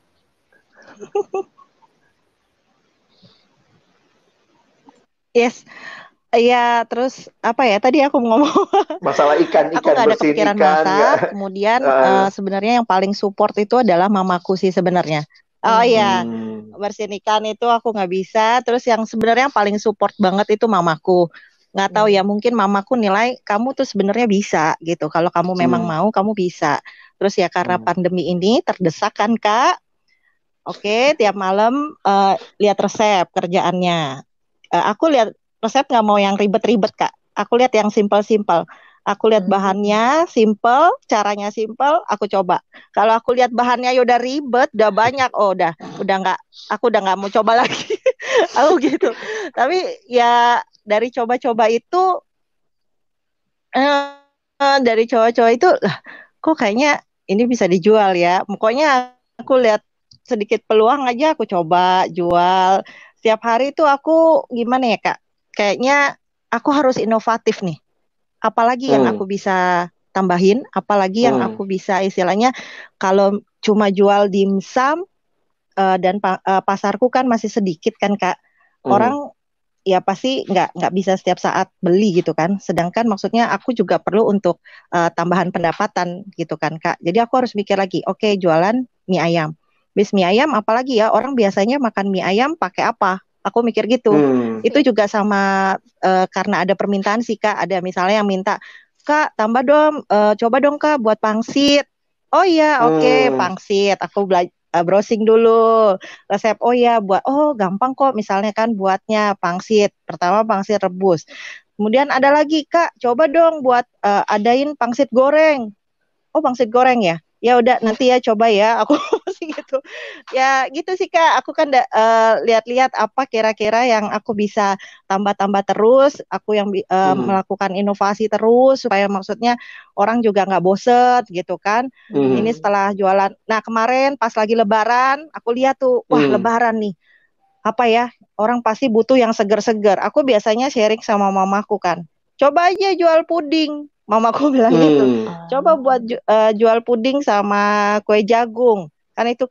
Yes. Iya, terus apa ya? Tadi aku mau ngomong. Masalah ikan, Aku ikan nggak ada bersihin kepikiran ikan, masak. nggak. Kemudian Ah. eh, sebenarnya yang paling support itu adalah mamaku sih sebenarnya. Oh iya, Hmm. bersihin ikan itu aku nggak bisa. Terus yang sebenarnya yang paling support banget itu mamaku. Nggak tahu ya, mungkin mamaku nilai kamu tuh sebenarnya bisa gitu. Kalau kamu memang Hmm. mau, kamu bisa. Terus ya karena Hmm. pandemi ini terdesak kan Kak. Oke, tiap malam eh, lihat resep kerjaannya. Eh, aku lihat resep nggak mau yang ribet-ribet Kak. Aku lihat yang simpel-simpel. Aku lihat Hmm. bahannya simpel, caranya simpel, aku coba. Kalau aku lihat bahannya ya udah ribet, udah banyak, oh udah, udah nggak, aku udah nggak mau coba lagi. Aku gitu. Tapi ya dari coba-coba itu, eh, dari coba-coba itu, lah, kok kayaknya ini bisa dijual ya. Pokoknya aku lihat sedikit peluang aja, aku coba jual. Setiap hari itu aku gimana ya Kak? Kayaknya aku harus inovatif nih. Apalagi yang Hmm. aku bisa tambahin, apalagi yang Hmm. aku bisa istilahnya kalau cuma jual dimsum eh, dan pa- eh, pasarku kan masih sedikit kan Kak. Hmm. Orang ya pasti nggak nggak bisa setiap saat beli gitu kan. Sedangkan maksudnya aku juga perlu untuk eh, tambahan pendapatan gitu kan Kak. Jadi aku harus mikir lagi, oke jualan mie ayam. Bis mie ayam apalagi ya orang biasanya makan mie ayam pakai apa? Aku mikir gitu. Hmm. Itu juga sama eh, karena ada permintaan sih Kak. Ada misalnya yang minta, Kak tambah dong, eh, coba dong Kak buat pangsit. Oh iya oke Hmm. pangsit. Aku belajar browsing dulu resep. Oh ya buat, oh gampang kok misalnya kan buatnya pangsit. Pertama pangsit rebus. Kemudian ada lagi Kak, coba dong buat eh, adain pangsit goreng. Oh pangsit goreng ya. Ya udah nanti ya coba ya. Aku masih gitu. Ya gitu sih Kak. Aku kan da- eh, lihat-lihat apa kira-kira yang aku bisa tambah-tambah terus. Aku yang bi- eh, Hmm. melakukan inovasi terus supaya maksudnya orang juga nggak boset gitu kan. Hmm. Ini setelah jualan. Nah kemarin pas lagi Lebaran, aku lihat tuh, wah Hmm. Lebaran nih. Apa ya? Orang pasti butuh yang segar-segar. Aku biasanya sharing sama mamaku kan. Coba aja jual puding. Mamaku bilang gitu. Hmm. Coba buat ju- eh, jual puding sama kue jagung. Kan itu kan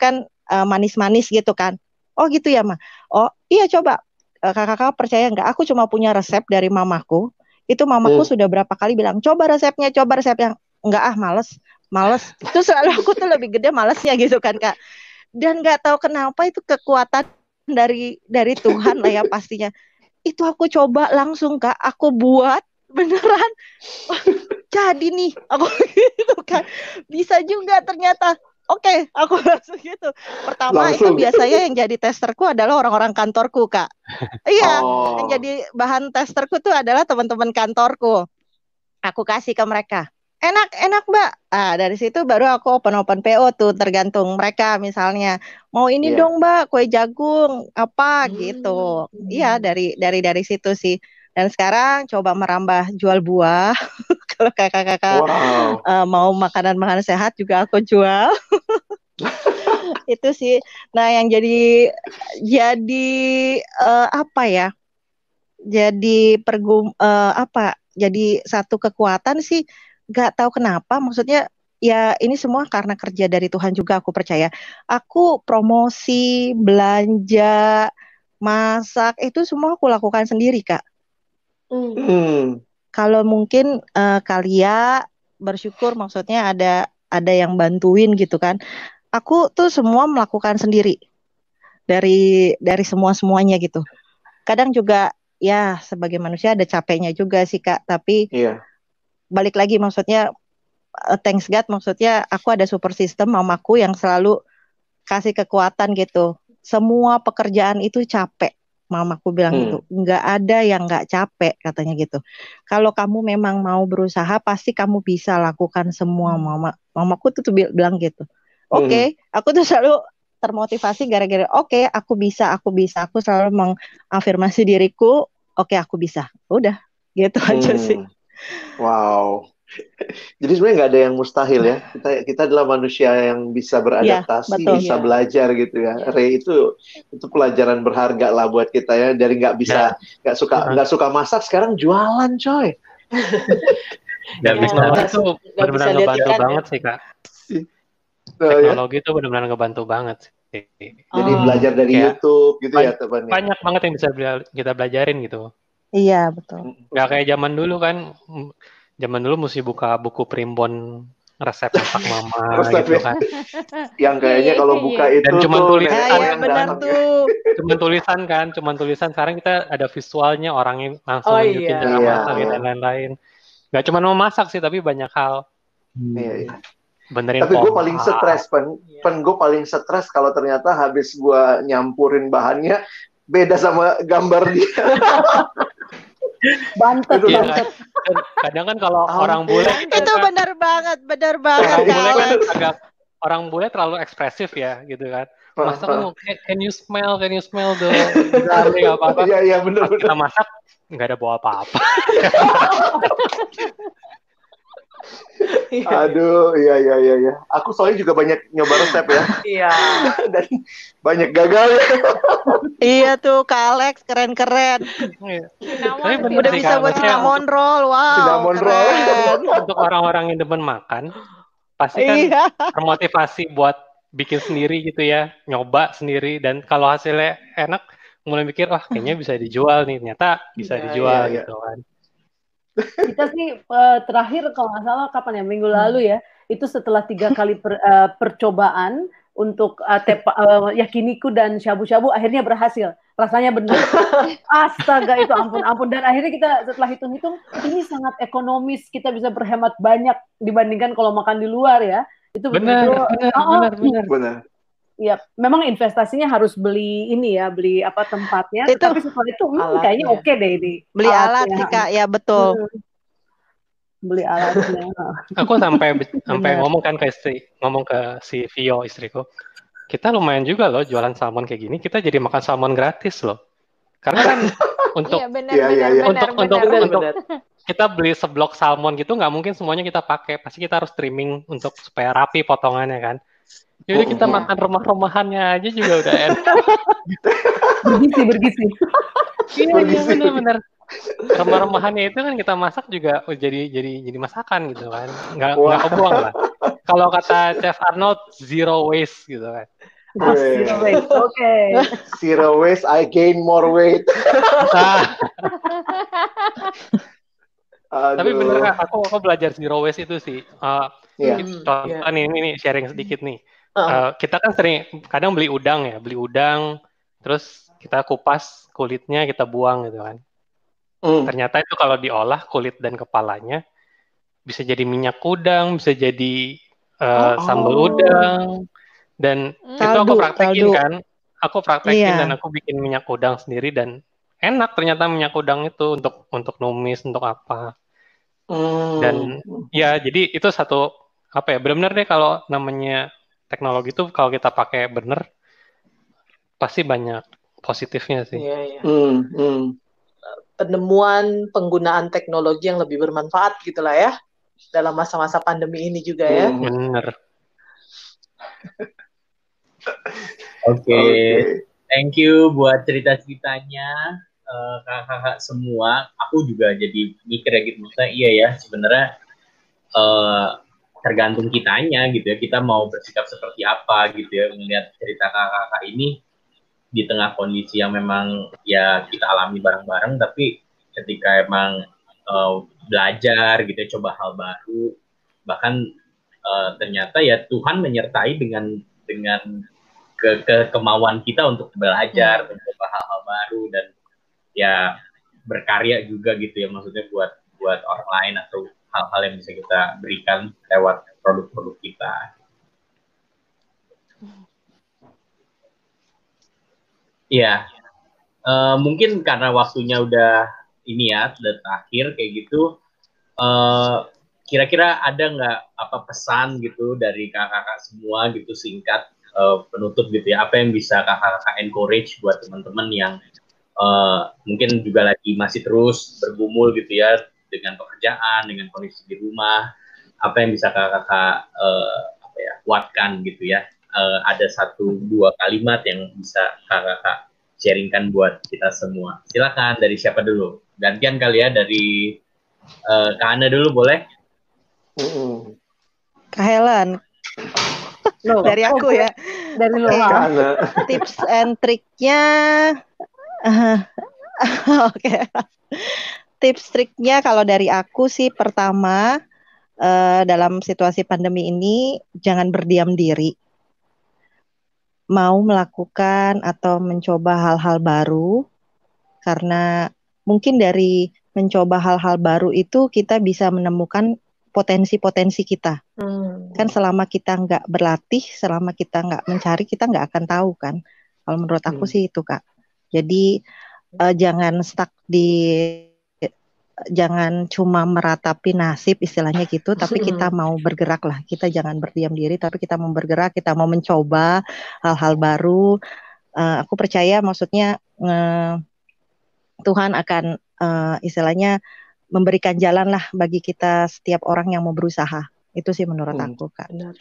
uh, manis-manis gitu kan. Oh gitu ya Ma. Oh iya coba uh, kakak-kakak percaya nggak? Aku cuma punya resep dari mamaku. Itu mamaku hmm. sudah berapa kali bilang coba resepnya, coba resepnya. Enggak ah males, males. Itu selalu aku tuh lebih gede malesnya gitu kan Kak. Dan nggak tahu kenapa itu kekuatan dari dari Tuhan lah ya pastinya. Itu aku coba langsung Kak, aku buat beneran jadi nih aku gitu kan, bisa juga ternyata. Oke, okay, aku langsung gitu. Pertama langsung. Itu biasanya yang jadi testerku adalah orang-orang kantorku Kak. Iya, oh. Yang jadi bahan testerku tuh adalah teman-teman kantorku. Aku kasih ke mereka. Enak, enak Mbak. Ah, dari situ baru aku open-open P O tuh, tergantung mereka misalnya. Mau ini yeah. dong Mbak, kue jagung apa hmm. gitu. Iya, dari dari dari situ sih. Dan sekarang coba merambah jual buah. Kalau kakak-kakak wow. uh, mau makanan-makanan sehat juga aku jual. Itu sih. Nah, yang jadi jadi uh, apa ya? Jadi pergum uh, apa? Jadi satu kekuatan sih. Gak tahu kenapa, maksudnya ya ini semua karena kerja dari Tuhan juga aku percaya. Aku promosi, belanja, masak, itu semua aku lakukan sendiri Kak. Hmm. Kalau mungkin uh, kalian bersyukur maksudnya ada ada yang bantuin gitu kan. Aku tuh semua melakukan sendiri. Dari dari semua-semuanya gitu. Kadang juga ya sebagai manusia ada capeknya juga sih Kak, tapi yeah. Balik lagi maksudnya uh, thanks God maksudnya aku ada support system mamaku yang selalu kasih kekuatan gitu. Semua pekerjaan itu capek. Mamaku bilang hmm. gitu. Nggak ada yang nggak capek katanya gitu. Kalau kamu memang mau berusaha pasti kamu bisa lakukan semua. Mama mamaku tuh, tuh bilang gitu. Oke, okay, hmm. aku tuh selalu termotivasi gara-gara oke, okay, aku bisa, aku bisa. Aku selalu mengafirmasi diriku, oke okay, aku bisa. Udah, gitu hmm. aja sih. Wow, jadi sebenarnya nggak ada yang mustahil ya. Kita kita adalah manusia yang bisa beradaptasi, ya, betul, bisa ya. Belajar gitu ya. Ray itu itu pelajaran berharga lah buat kita ya. Dari nggak bisa nggak ya. suka nggak suka masak sekarang jualan coy. Nggak bisa ya, itu benar-benar ngebantu ya. banget sih Kak. Teknologi itu benar-benar ngebantu banget sih. Jadi oh. belajar dari ya. YouTube gitu Banyak, ya teman. Banyak banget yang bisa kita belajarin gitu. Iya betul. Nggak kayak zaman dulu kan, zaman dulu mesti buka buku primbon resep masak mama gitu kan. Yang kayaknya kalau buka itu dan cuma tulisan ya, ya, benar tuh. Cuma tulisan kan, cuma tulisan. Sekarang kita ada visualnya, orangnya langsung oh, nunjukin iya. cara iya. masak dan lain-lain. Nggak cuma mau masak sih, tapi banyak hal. Hmm. Iya, iya. Benerin tapi gue paling stres, pen, pen gue paling stres kalau ternyata habis gue nyampurin bahannya beda sama gambar dia. Bantet, ya, bantet. Kadang kan kalau oh, orang bule itu kan, benar banget, benar banget. Orang bule kan agak orang bule terlalu ekspresif ya, gitu kan. Masak uh, uh. can you smell, can you smell the garlic apa-apa. Iya, iya benar. Kita masak nggak ada bawa apa-apa. Aduh, iya iya iya iya. Aku soalnya juga banyak nyoba resep ya. Iya. Dan banyak gagal ya. Iya tuh, Kak Alex keren-keren. Cinnamon, udah bisa buat cinnamon roll. Wow. Cinnamon roll. Untuk orang-orang yang demen makan, pasti kan iya. termotivasi buat bikin sendiri gitu ya, nyoba sendiri, dan kalau hasilnya enak, mulai mikir wah kayaknya bisa dijual nih. Ternyata bisa ya, dijual ya, gitu ya. kan. Kita sih uh, terakhir kalau nggak salah kapan ya, minggu lalu ya, itu setelah tiga kali per, uh, percobaan untuk uh, tepa, uh, yakiniku dan shabu-shabu akhirnya berhasil, rasanya benar. Astaga itu ampun ampun dan akhirnya kita setelah hitung-hitung ini sangat ekonomis, kita bisa berhemat banyak dibandingkan kalau makan di luar ya. Itu benar benar, oh, benar benar benar. Iya, memang investasinya harus beli ini ya, beli apa tempatnya. Itu, tapi setelah itu hmm, kayaknya oke okay deh ini. Beli alat sih Kak, ya betul. Hmm. Beli alatnya. Aku sampai sampai ngomong kan ke istri, ngomong ke si Vio istriku. Kita lumayan juga loh jualan salmon kayak gini. Kita jadi makan salmon gratis loh. Karena kan untuk iya, benar, iya, benar, iya, iya. untuk benar, untuk benar, untuk benar. kita beli seblok salmon gitu nggak mungkin semuanya kita pakai. Pasti kita harus trimming untuk supaya rapi potongannya kan. Jadi kita oh, makan iya. rumah-rumahannya aja juga udah enak. Bergizi, bergizi. Iya, iya benar-benar. Rumah-rumahannya itu kan kita masak juga oh, jadi jadi jadi masakan gitu kan. Nggak nggak kebuang lah. Kalau kata Chef Arnold zero waste gitu kan. Zero waste, oke. Okay. Zero waste, I gain more weight. Tapi bener Kak, aku aku belajar zero waste itu sih. Uh, yeah. Contoh yeah. nih, ini sharing sedikit nih. Uh, kita kan sering kadang beli udang ya, beli udang, terus kita kupas kulitnya, kita buang gitu kan. Mm. Ternyata itu kalau diolah kulit dan kepalanya bisa jadi minyak udang, bisa jadi uh, oh, sambal oh. udang, dan kaldu, itu aku praktekin kaldu. kan. Aku praktekin yeah. dan aku bikin minyak udang sendiri dan enak ternyata minyak udang itu untuk untuk numis, untuk apa. Mm. Dan ya jadi itu satu apa ya benar-benar deh kalau namanya teknologi itu kalau kita pakai bener pasti banyak positifnya sih. Iya, iya. Mm, mm. Penemuan penggunaan teknologi yang lebih bermanfaat gitulah ya dalam masa-masa pandemi ini juga ya. Mm, bener. Oke, okay. okay. Thank you buat cerita-ceritanya uh, kakak-kakak semua. Aku juga jadi mikir ya gitu, maksudnya iya ya sebenarnya uh, tergantung kitanya gitu ya, kita mau bersikap seperti apa gitu ya, melihat cerita kakak-kakak ini di tengah kondisi yang memang ya kita alami bareng-bareng, tapi ketika emang uh, belajar gitu ya, coba hal baru, bahkan uh, ternyata ya Tuhan menyertai dengan dengan ke, ke kemauan kita untuk belajar, hmm. mencoba hal-hal baru dan ya berkarya juga gitu ya, maksudnya buat buat orang lain atau hal-hal yang bisa kita berikan lewat produk-produk kita. Iya, uh, mungkin karena waktunya udah ini ya, udah terakhir kayak gitu. Uh, kira-kira ada nggak apa pesan gitu dari kakak-kakak semua gitu singkat uh, penutup gitu ya? Apa yang bisa kakak-kakak encourage buat teman-teman yang uh, mungkin juga lagi masih terus bergumul gitu ya dengan pekerjaan, dengan kondisi di rumah? Apa yang bisa kakak-kakak uh, apa ya kuatkan gitu ya? Uh, ada satu dua kalimat yang bisa kakak-kakak sharingkan buat kita semua. Silakan, dari siapa dulu? Gantian kali ya, dari uh, Kak Ana dulu boleh? Mm-mm. Kak Helen. Loh, dari aku ya. Dari lu. Okay. Tips and triknya. Uh, Oke. Okay. Tips triknya kalau dari aku sih pertama uh, dalam situasi pandemi ini jangan berdiam diri. Mau melakukan atau mencoba hal-hal baru, karena mungkin dari mencoba hal-hal baru itu kita bisa menemukan potensi-potensi kita. Hmm. Kan selama kita nggak berlatih, selama kita nggak mencari, kita nggak akan tahu kan. Kalau menurut aku hmm. sih itu Kak. Jadi uh, jangan stuck di, jangan cuma meratapi nasib istilahnya gitu, tapi kita mau bergerak lah. Kita jangan berdiam diri, tapi kita mau bergerak, kita mau mencoba hal-hal baru. Uh, aku percaya, maksudnya uh, Tuhan akan uh, istilahnya memberikan jalan lah bagi kita setiap orang yang mau berusaha. Itu sih menurut hmm. aku Kak. Benar.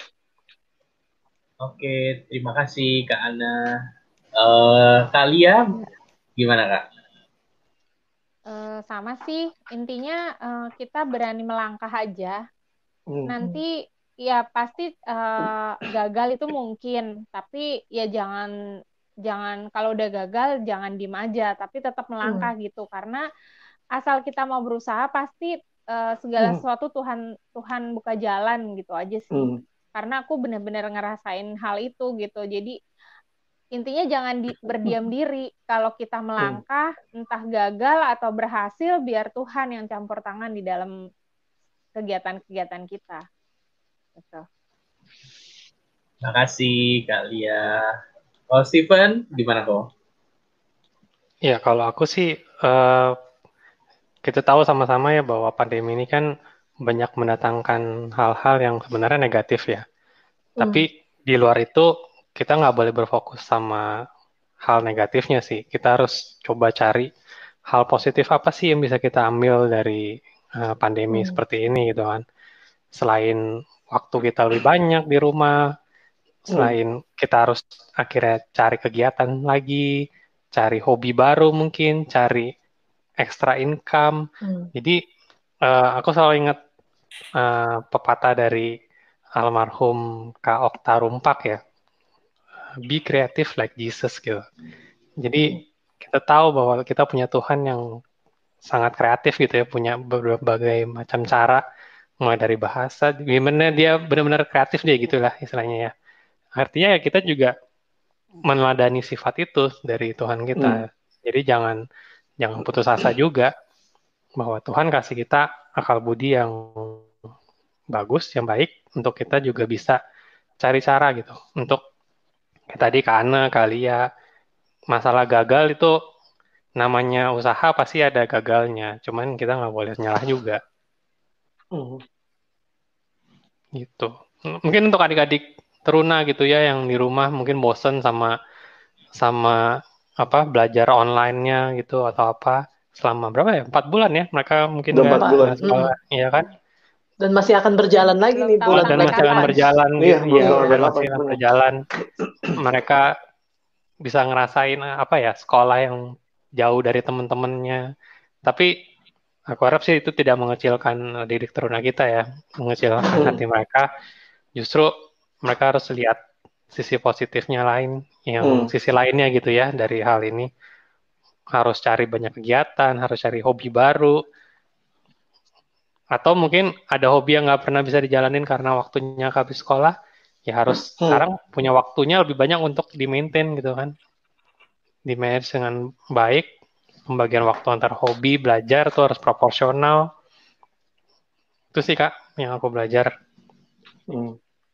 Oke, terima kasih Kak Ana. Uh, Kalia, gimana Kak? Uh, sama sih, intinya uh, kita berani melangkah aja. Hmm. Nanti ya pasti uh, gagal itu mungkin, tapi ya jangan jangan kalau udah gagal jangan diem aja, tapi tetap melangkah hmm. gitu. Karena asal kita mau berusaha pasti uh, segala hmm. sesuatu Tuhan Tuhan buka jalan gitu aja sih. Hmm. Karena aku benar-benar ngerasain hal itu gitu. Jadi intinya jangan di, berdiam diri. Kalau kita melangkah, entah gagal atau berhasil, biar Tuhan yang campur tangan di dalam kegiatan-kegiatan kita. Gitu. Terima kasih Kak Lia. Oh, Steven, gimana kok? Ya, kalau aku sih, uh, kita tahu sama-sama ya bahwa pandemi ini kan banyak mendatangkan hal-hal yang sebenarnya negatif ya. Hmm. Tapi di luar itu, kita nggak boleh berfokus sama hal negatifnya sih. Kita harus coba cari hal positif apa sih yang bisa kita ambil dari uh, pandemi hmm. seperti ini gitu kan. Selain waktu kita lebih banyak di rumah, selain hmm. kita harus akhirnya cari kegiatan lagi, cari hobi baru mungkin, cari extra income. Hmm. Jadi uh, aku selalu ingat uh, pepatah dari almarhum Kak Okta Rumpak ya. be creative like Jesus gitu. Jadi kita tahu bahwa kita punya Tuhan yang sangat kreatif gitu ya, punya berbagai macam cara, mulai dari bahasa, gimana dia benar-benar kreatif dia gitulah istilahnya ya. Artinya ya kita juga meneladani sifat itu dari Tuhan kita. Hmm. Jadi jangan jangan putus asa juga bahwa Tuhan kasih kita akal budi yang bagus, yang baik, untuk kita juga bisa cari cara gitu. Untuk kayak tadi Kak Ana, Kalia, masalah gagal itu namanya usaha pasti ada gagalnya, cuman kita nggak boleh nyalah juga. Hmm. Gitu. Mungkin untuk adik-adik teruna gitu ya yang di rumah mungkin bosen sama sama apa belajar online-nya gitu atau apa selama berapa ya empat bulan ya mereka mungkin empat bulan sekolah hmm. ya kan dan masih akan berjalan lagi nih bulan dan masih akan berjalan iya, gitu ya dan masih akan berjalan mereka bisa ngerasain apa ya sekolah yang jauh dari teman-temannya tapi aku harap sih itu tidak mengecilkan didik teruna kita ya mengecilkan hmm. hati mereka justru mereka harus lihat sisi positifnya lain yang hmm. sisi lainnya gitu ya dari hal ini harus cari banyak kegiatan harus cari hobi baru atau mungkin ada hobi yang nggak pernah bisa dijalanin karena waktunya habis sekolah ya harus hmm. sekarang punya waktunya lebih banyak untuk di maintain gitu kan di manage dengan baik pembagian waktu antar hobi belajar tuh harus proporsional itu sih Kak yang aku belajar. hmm.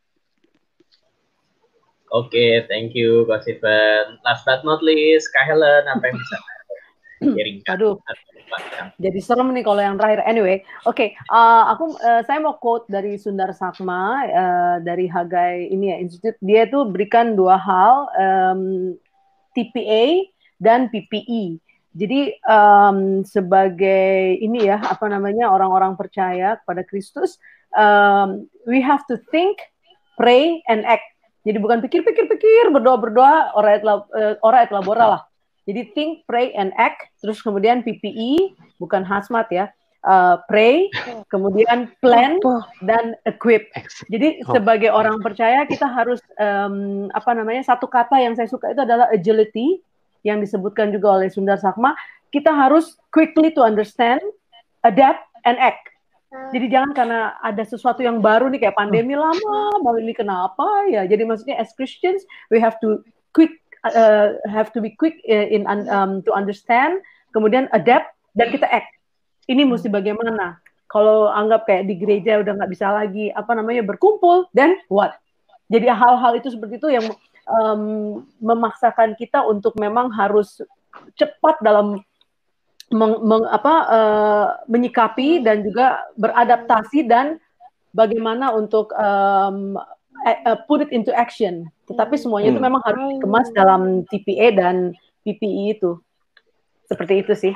Oke, okay, thank you Kak Steven. Last but not least, Kak Helen, apa yang bisa sharingkan? Aduh, jadi serem nih kalau yang terakhir. Anyway, oke, okay, uh, aku uh, saya mau quote dari Sundar Sakma uh, dari Hagai ini ya Institute. Dia tuh berikan dua hal, um, T P A dan P P E. Jadi um, sebagai ini ya apa namanya orang-orang percaya kepada Kristus, um, we have to think, pray, and act. Jadi bukan pikir-pikir-pikir, berdoa-berdoa, ora et, uh, ora et labora lah. Jadi think, pray, and act. Terus kemudian P P E, bukan hazmat ya. Uh, pray, kemudian plan, dan equip. Jadi sebagai orang percaya kita harus, um, apa namanya, satu kata yang saya suka itu adalah agility, yang disebutkan juga oleh Sundar Sakma. Kita harus quickly to understand, adapt, and act. Jadi jangan karena ada sesuatu yang baru nih kayak pandemi lama, baru ini kenapa ya? Jadi maksudnya as Christians we have to quick uh, have to be quick in um, to understand, kemudian adapt dan kita act. Ini mesti bagaimana? Kalau anggap kayak di gereja udah nggak bisa lagi apa namanya berkumpul, then what? Jadi hal-hal itu seperti itu yang um, memaksakan kita untuk memang harus cepat dalam Meng, meng, apa, uh, menyikapi dan juga beradaptasi dan bagaimana untuk um, uh, put it into action. Tetapi semuanya hmm. itu memang harus dikemas dalam T P A dan P P E itu. Seperti itu sih.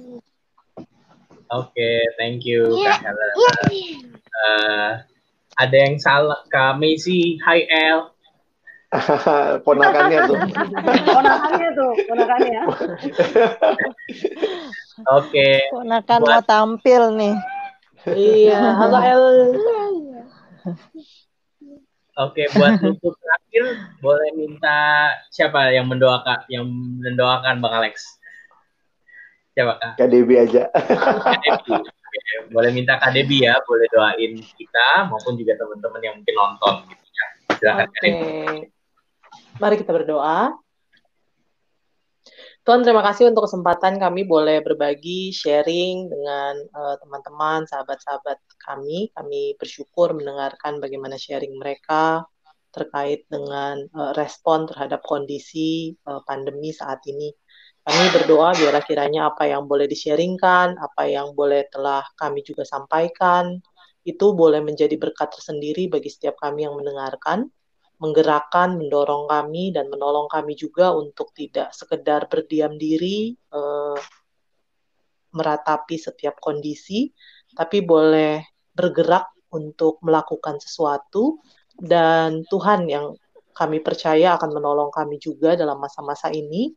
Oke, okay, thank you Kak Helen. Uh, ada yang salah kami sih. Hi El. Ponakannya tuh. Ponakannya tuh, ponakannya. Oke. Okay. Ponakan buat... mau tampil nih. Iya, halo El. Oke, okay, buat untuk terakhir boleh minta siapa yang mendoakan yang mendoakan Bang Alex? Siapa Kak? Kak Debi aja. Kak Debi. Okay. Boleh minta Kak Debi ya, boleh doain kita maupun juga teman-teman yang mungkin nonton gitu ya. Silakan Kak Debi. Mari kita berdoa. Tuhan, terima kasih untuk kesempatan kami boleh berbagi, sharing dengan uh, teman-teman, sahabat-sahabat kami. Kami bersyukur mendengarkan bagaimana sharing mereka terkait dengan uh, respon terhadap kondisi uh, pandemi saat ini. Kami berdoa biarlah kiranya apa yang boleh di-sharingkan, apa yang boleh telah kami juga sampaikan, itu boleh menjadi berkat tersendiri bagi setiap kami yang mendengarkan, menggerakkan, mendorong kami, dan menolong kami juga untuk tidak sekedar berdiam diri, eh, meratapi setiap kondisi, tapi boleh bergerak untuk melakukan sesuatu, dan Tuhan yang kami percaya akan menolong kami juga dalam masa-masa ini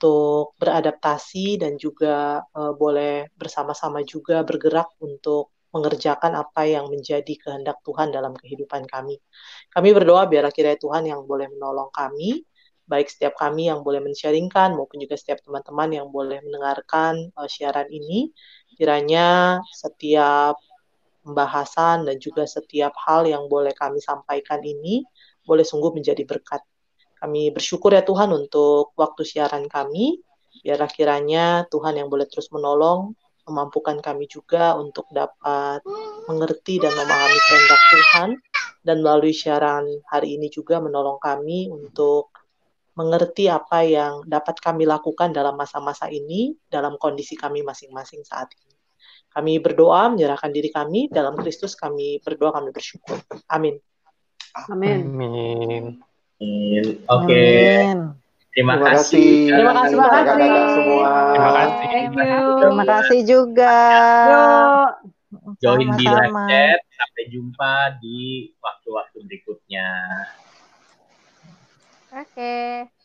untuk beradaptasi dan juga eh, boleh bersama-sama juga bergerak untuk mengerjakan apa yang menjadi kehendak Tuhan dalam kehidupan kami. Kami berdoa biarlah kiranya Tuhan yang boleh menolong kami, baik setiap kami yang boleh men-sharingkan maupun juga setiap teman-teman yang boleh mendengarkan uh, siaran ini. Kiranya setiap pembahasan dan juga setiap hal yang boleh kami sampaikan ini boleh sungguh menjadi berkat. Kami bersyukur ya Tuhan untuk waktu siaran kami. Biarlah kiranya Tuhan yang boleh terus menolong, memampukan kami juga untuk dapat mengerti dan memahami kehendak Tuhan. Dan melalui siaran hari ini juga menolong kami untuk mengerti apa yang dapat kami lakukan dalam masa-masa ini, dalam kondisi kami masing-masing saat ini. Kami berdoa, menyerahkan diri kami, dalam Kristus kami berdoa, kami bersyukur. Amin. Amin. Amin. Oke. Amin. Terima, Terima kasih. kasih. Terima kasih kakak-kakak semua. Terima kasih. Thank you. Terima kasih juga. Yuk. Join di live Sama-sama. chat. Sampai jumpa di waktu-waktu berikutnya. Oke.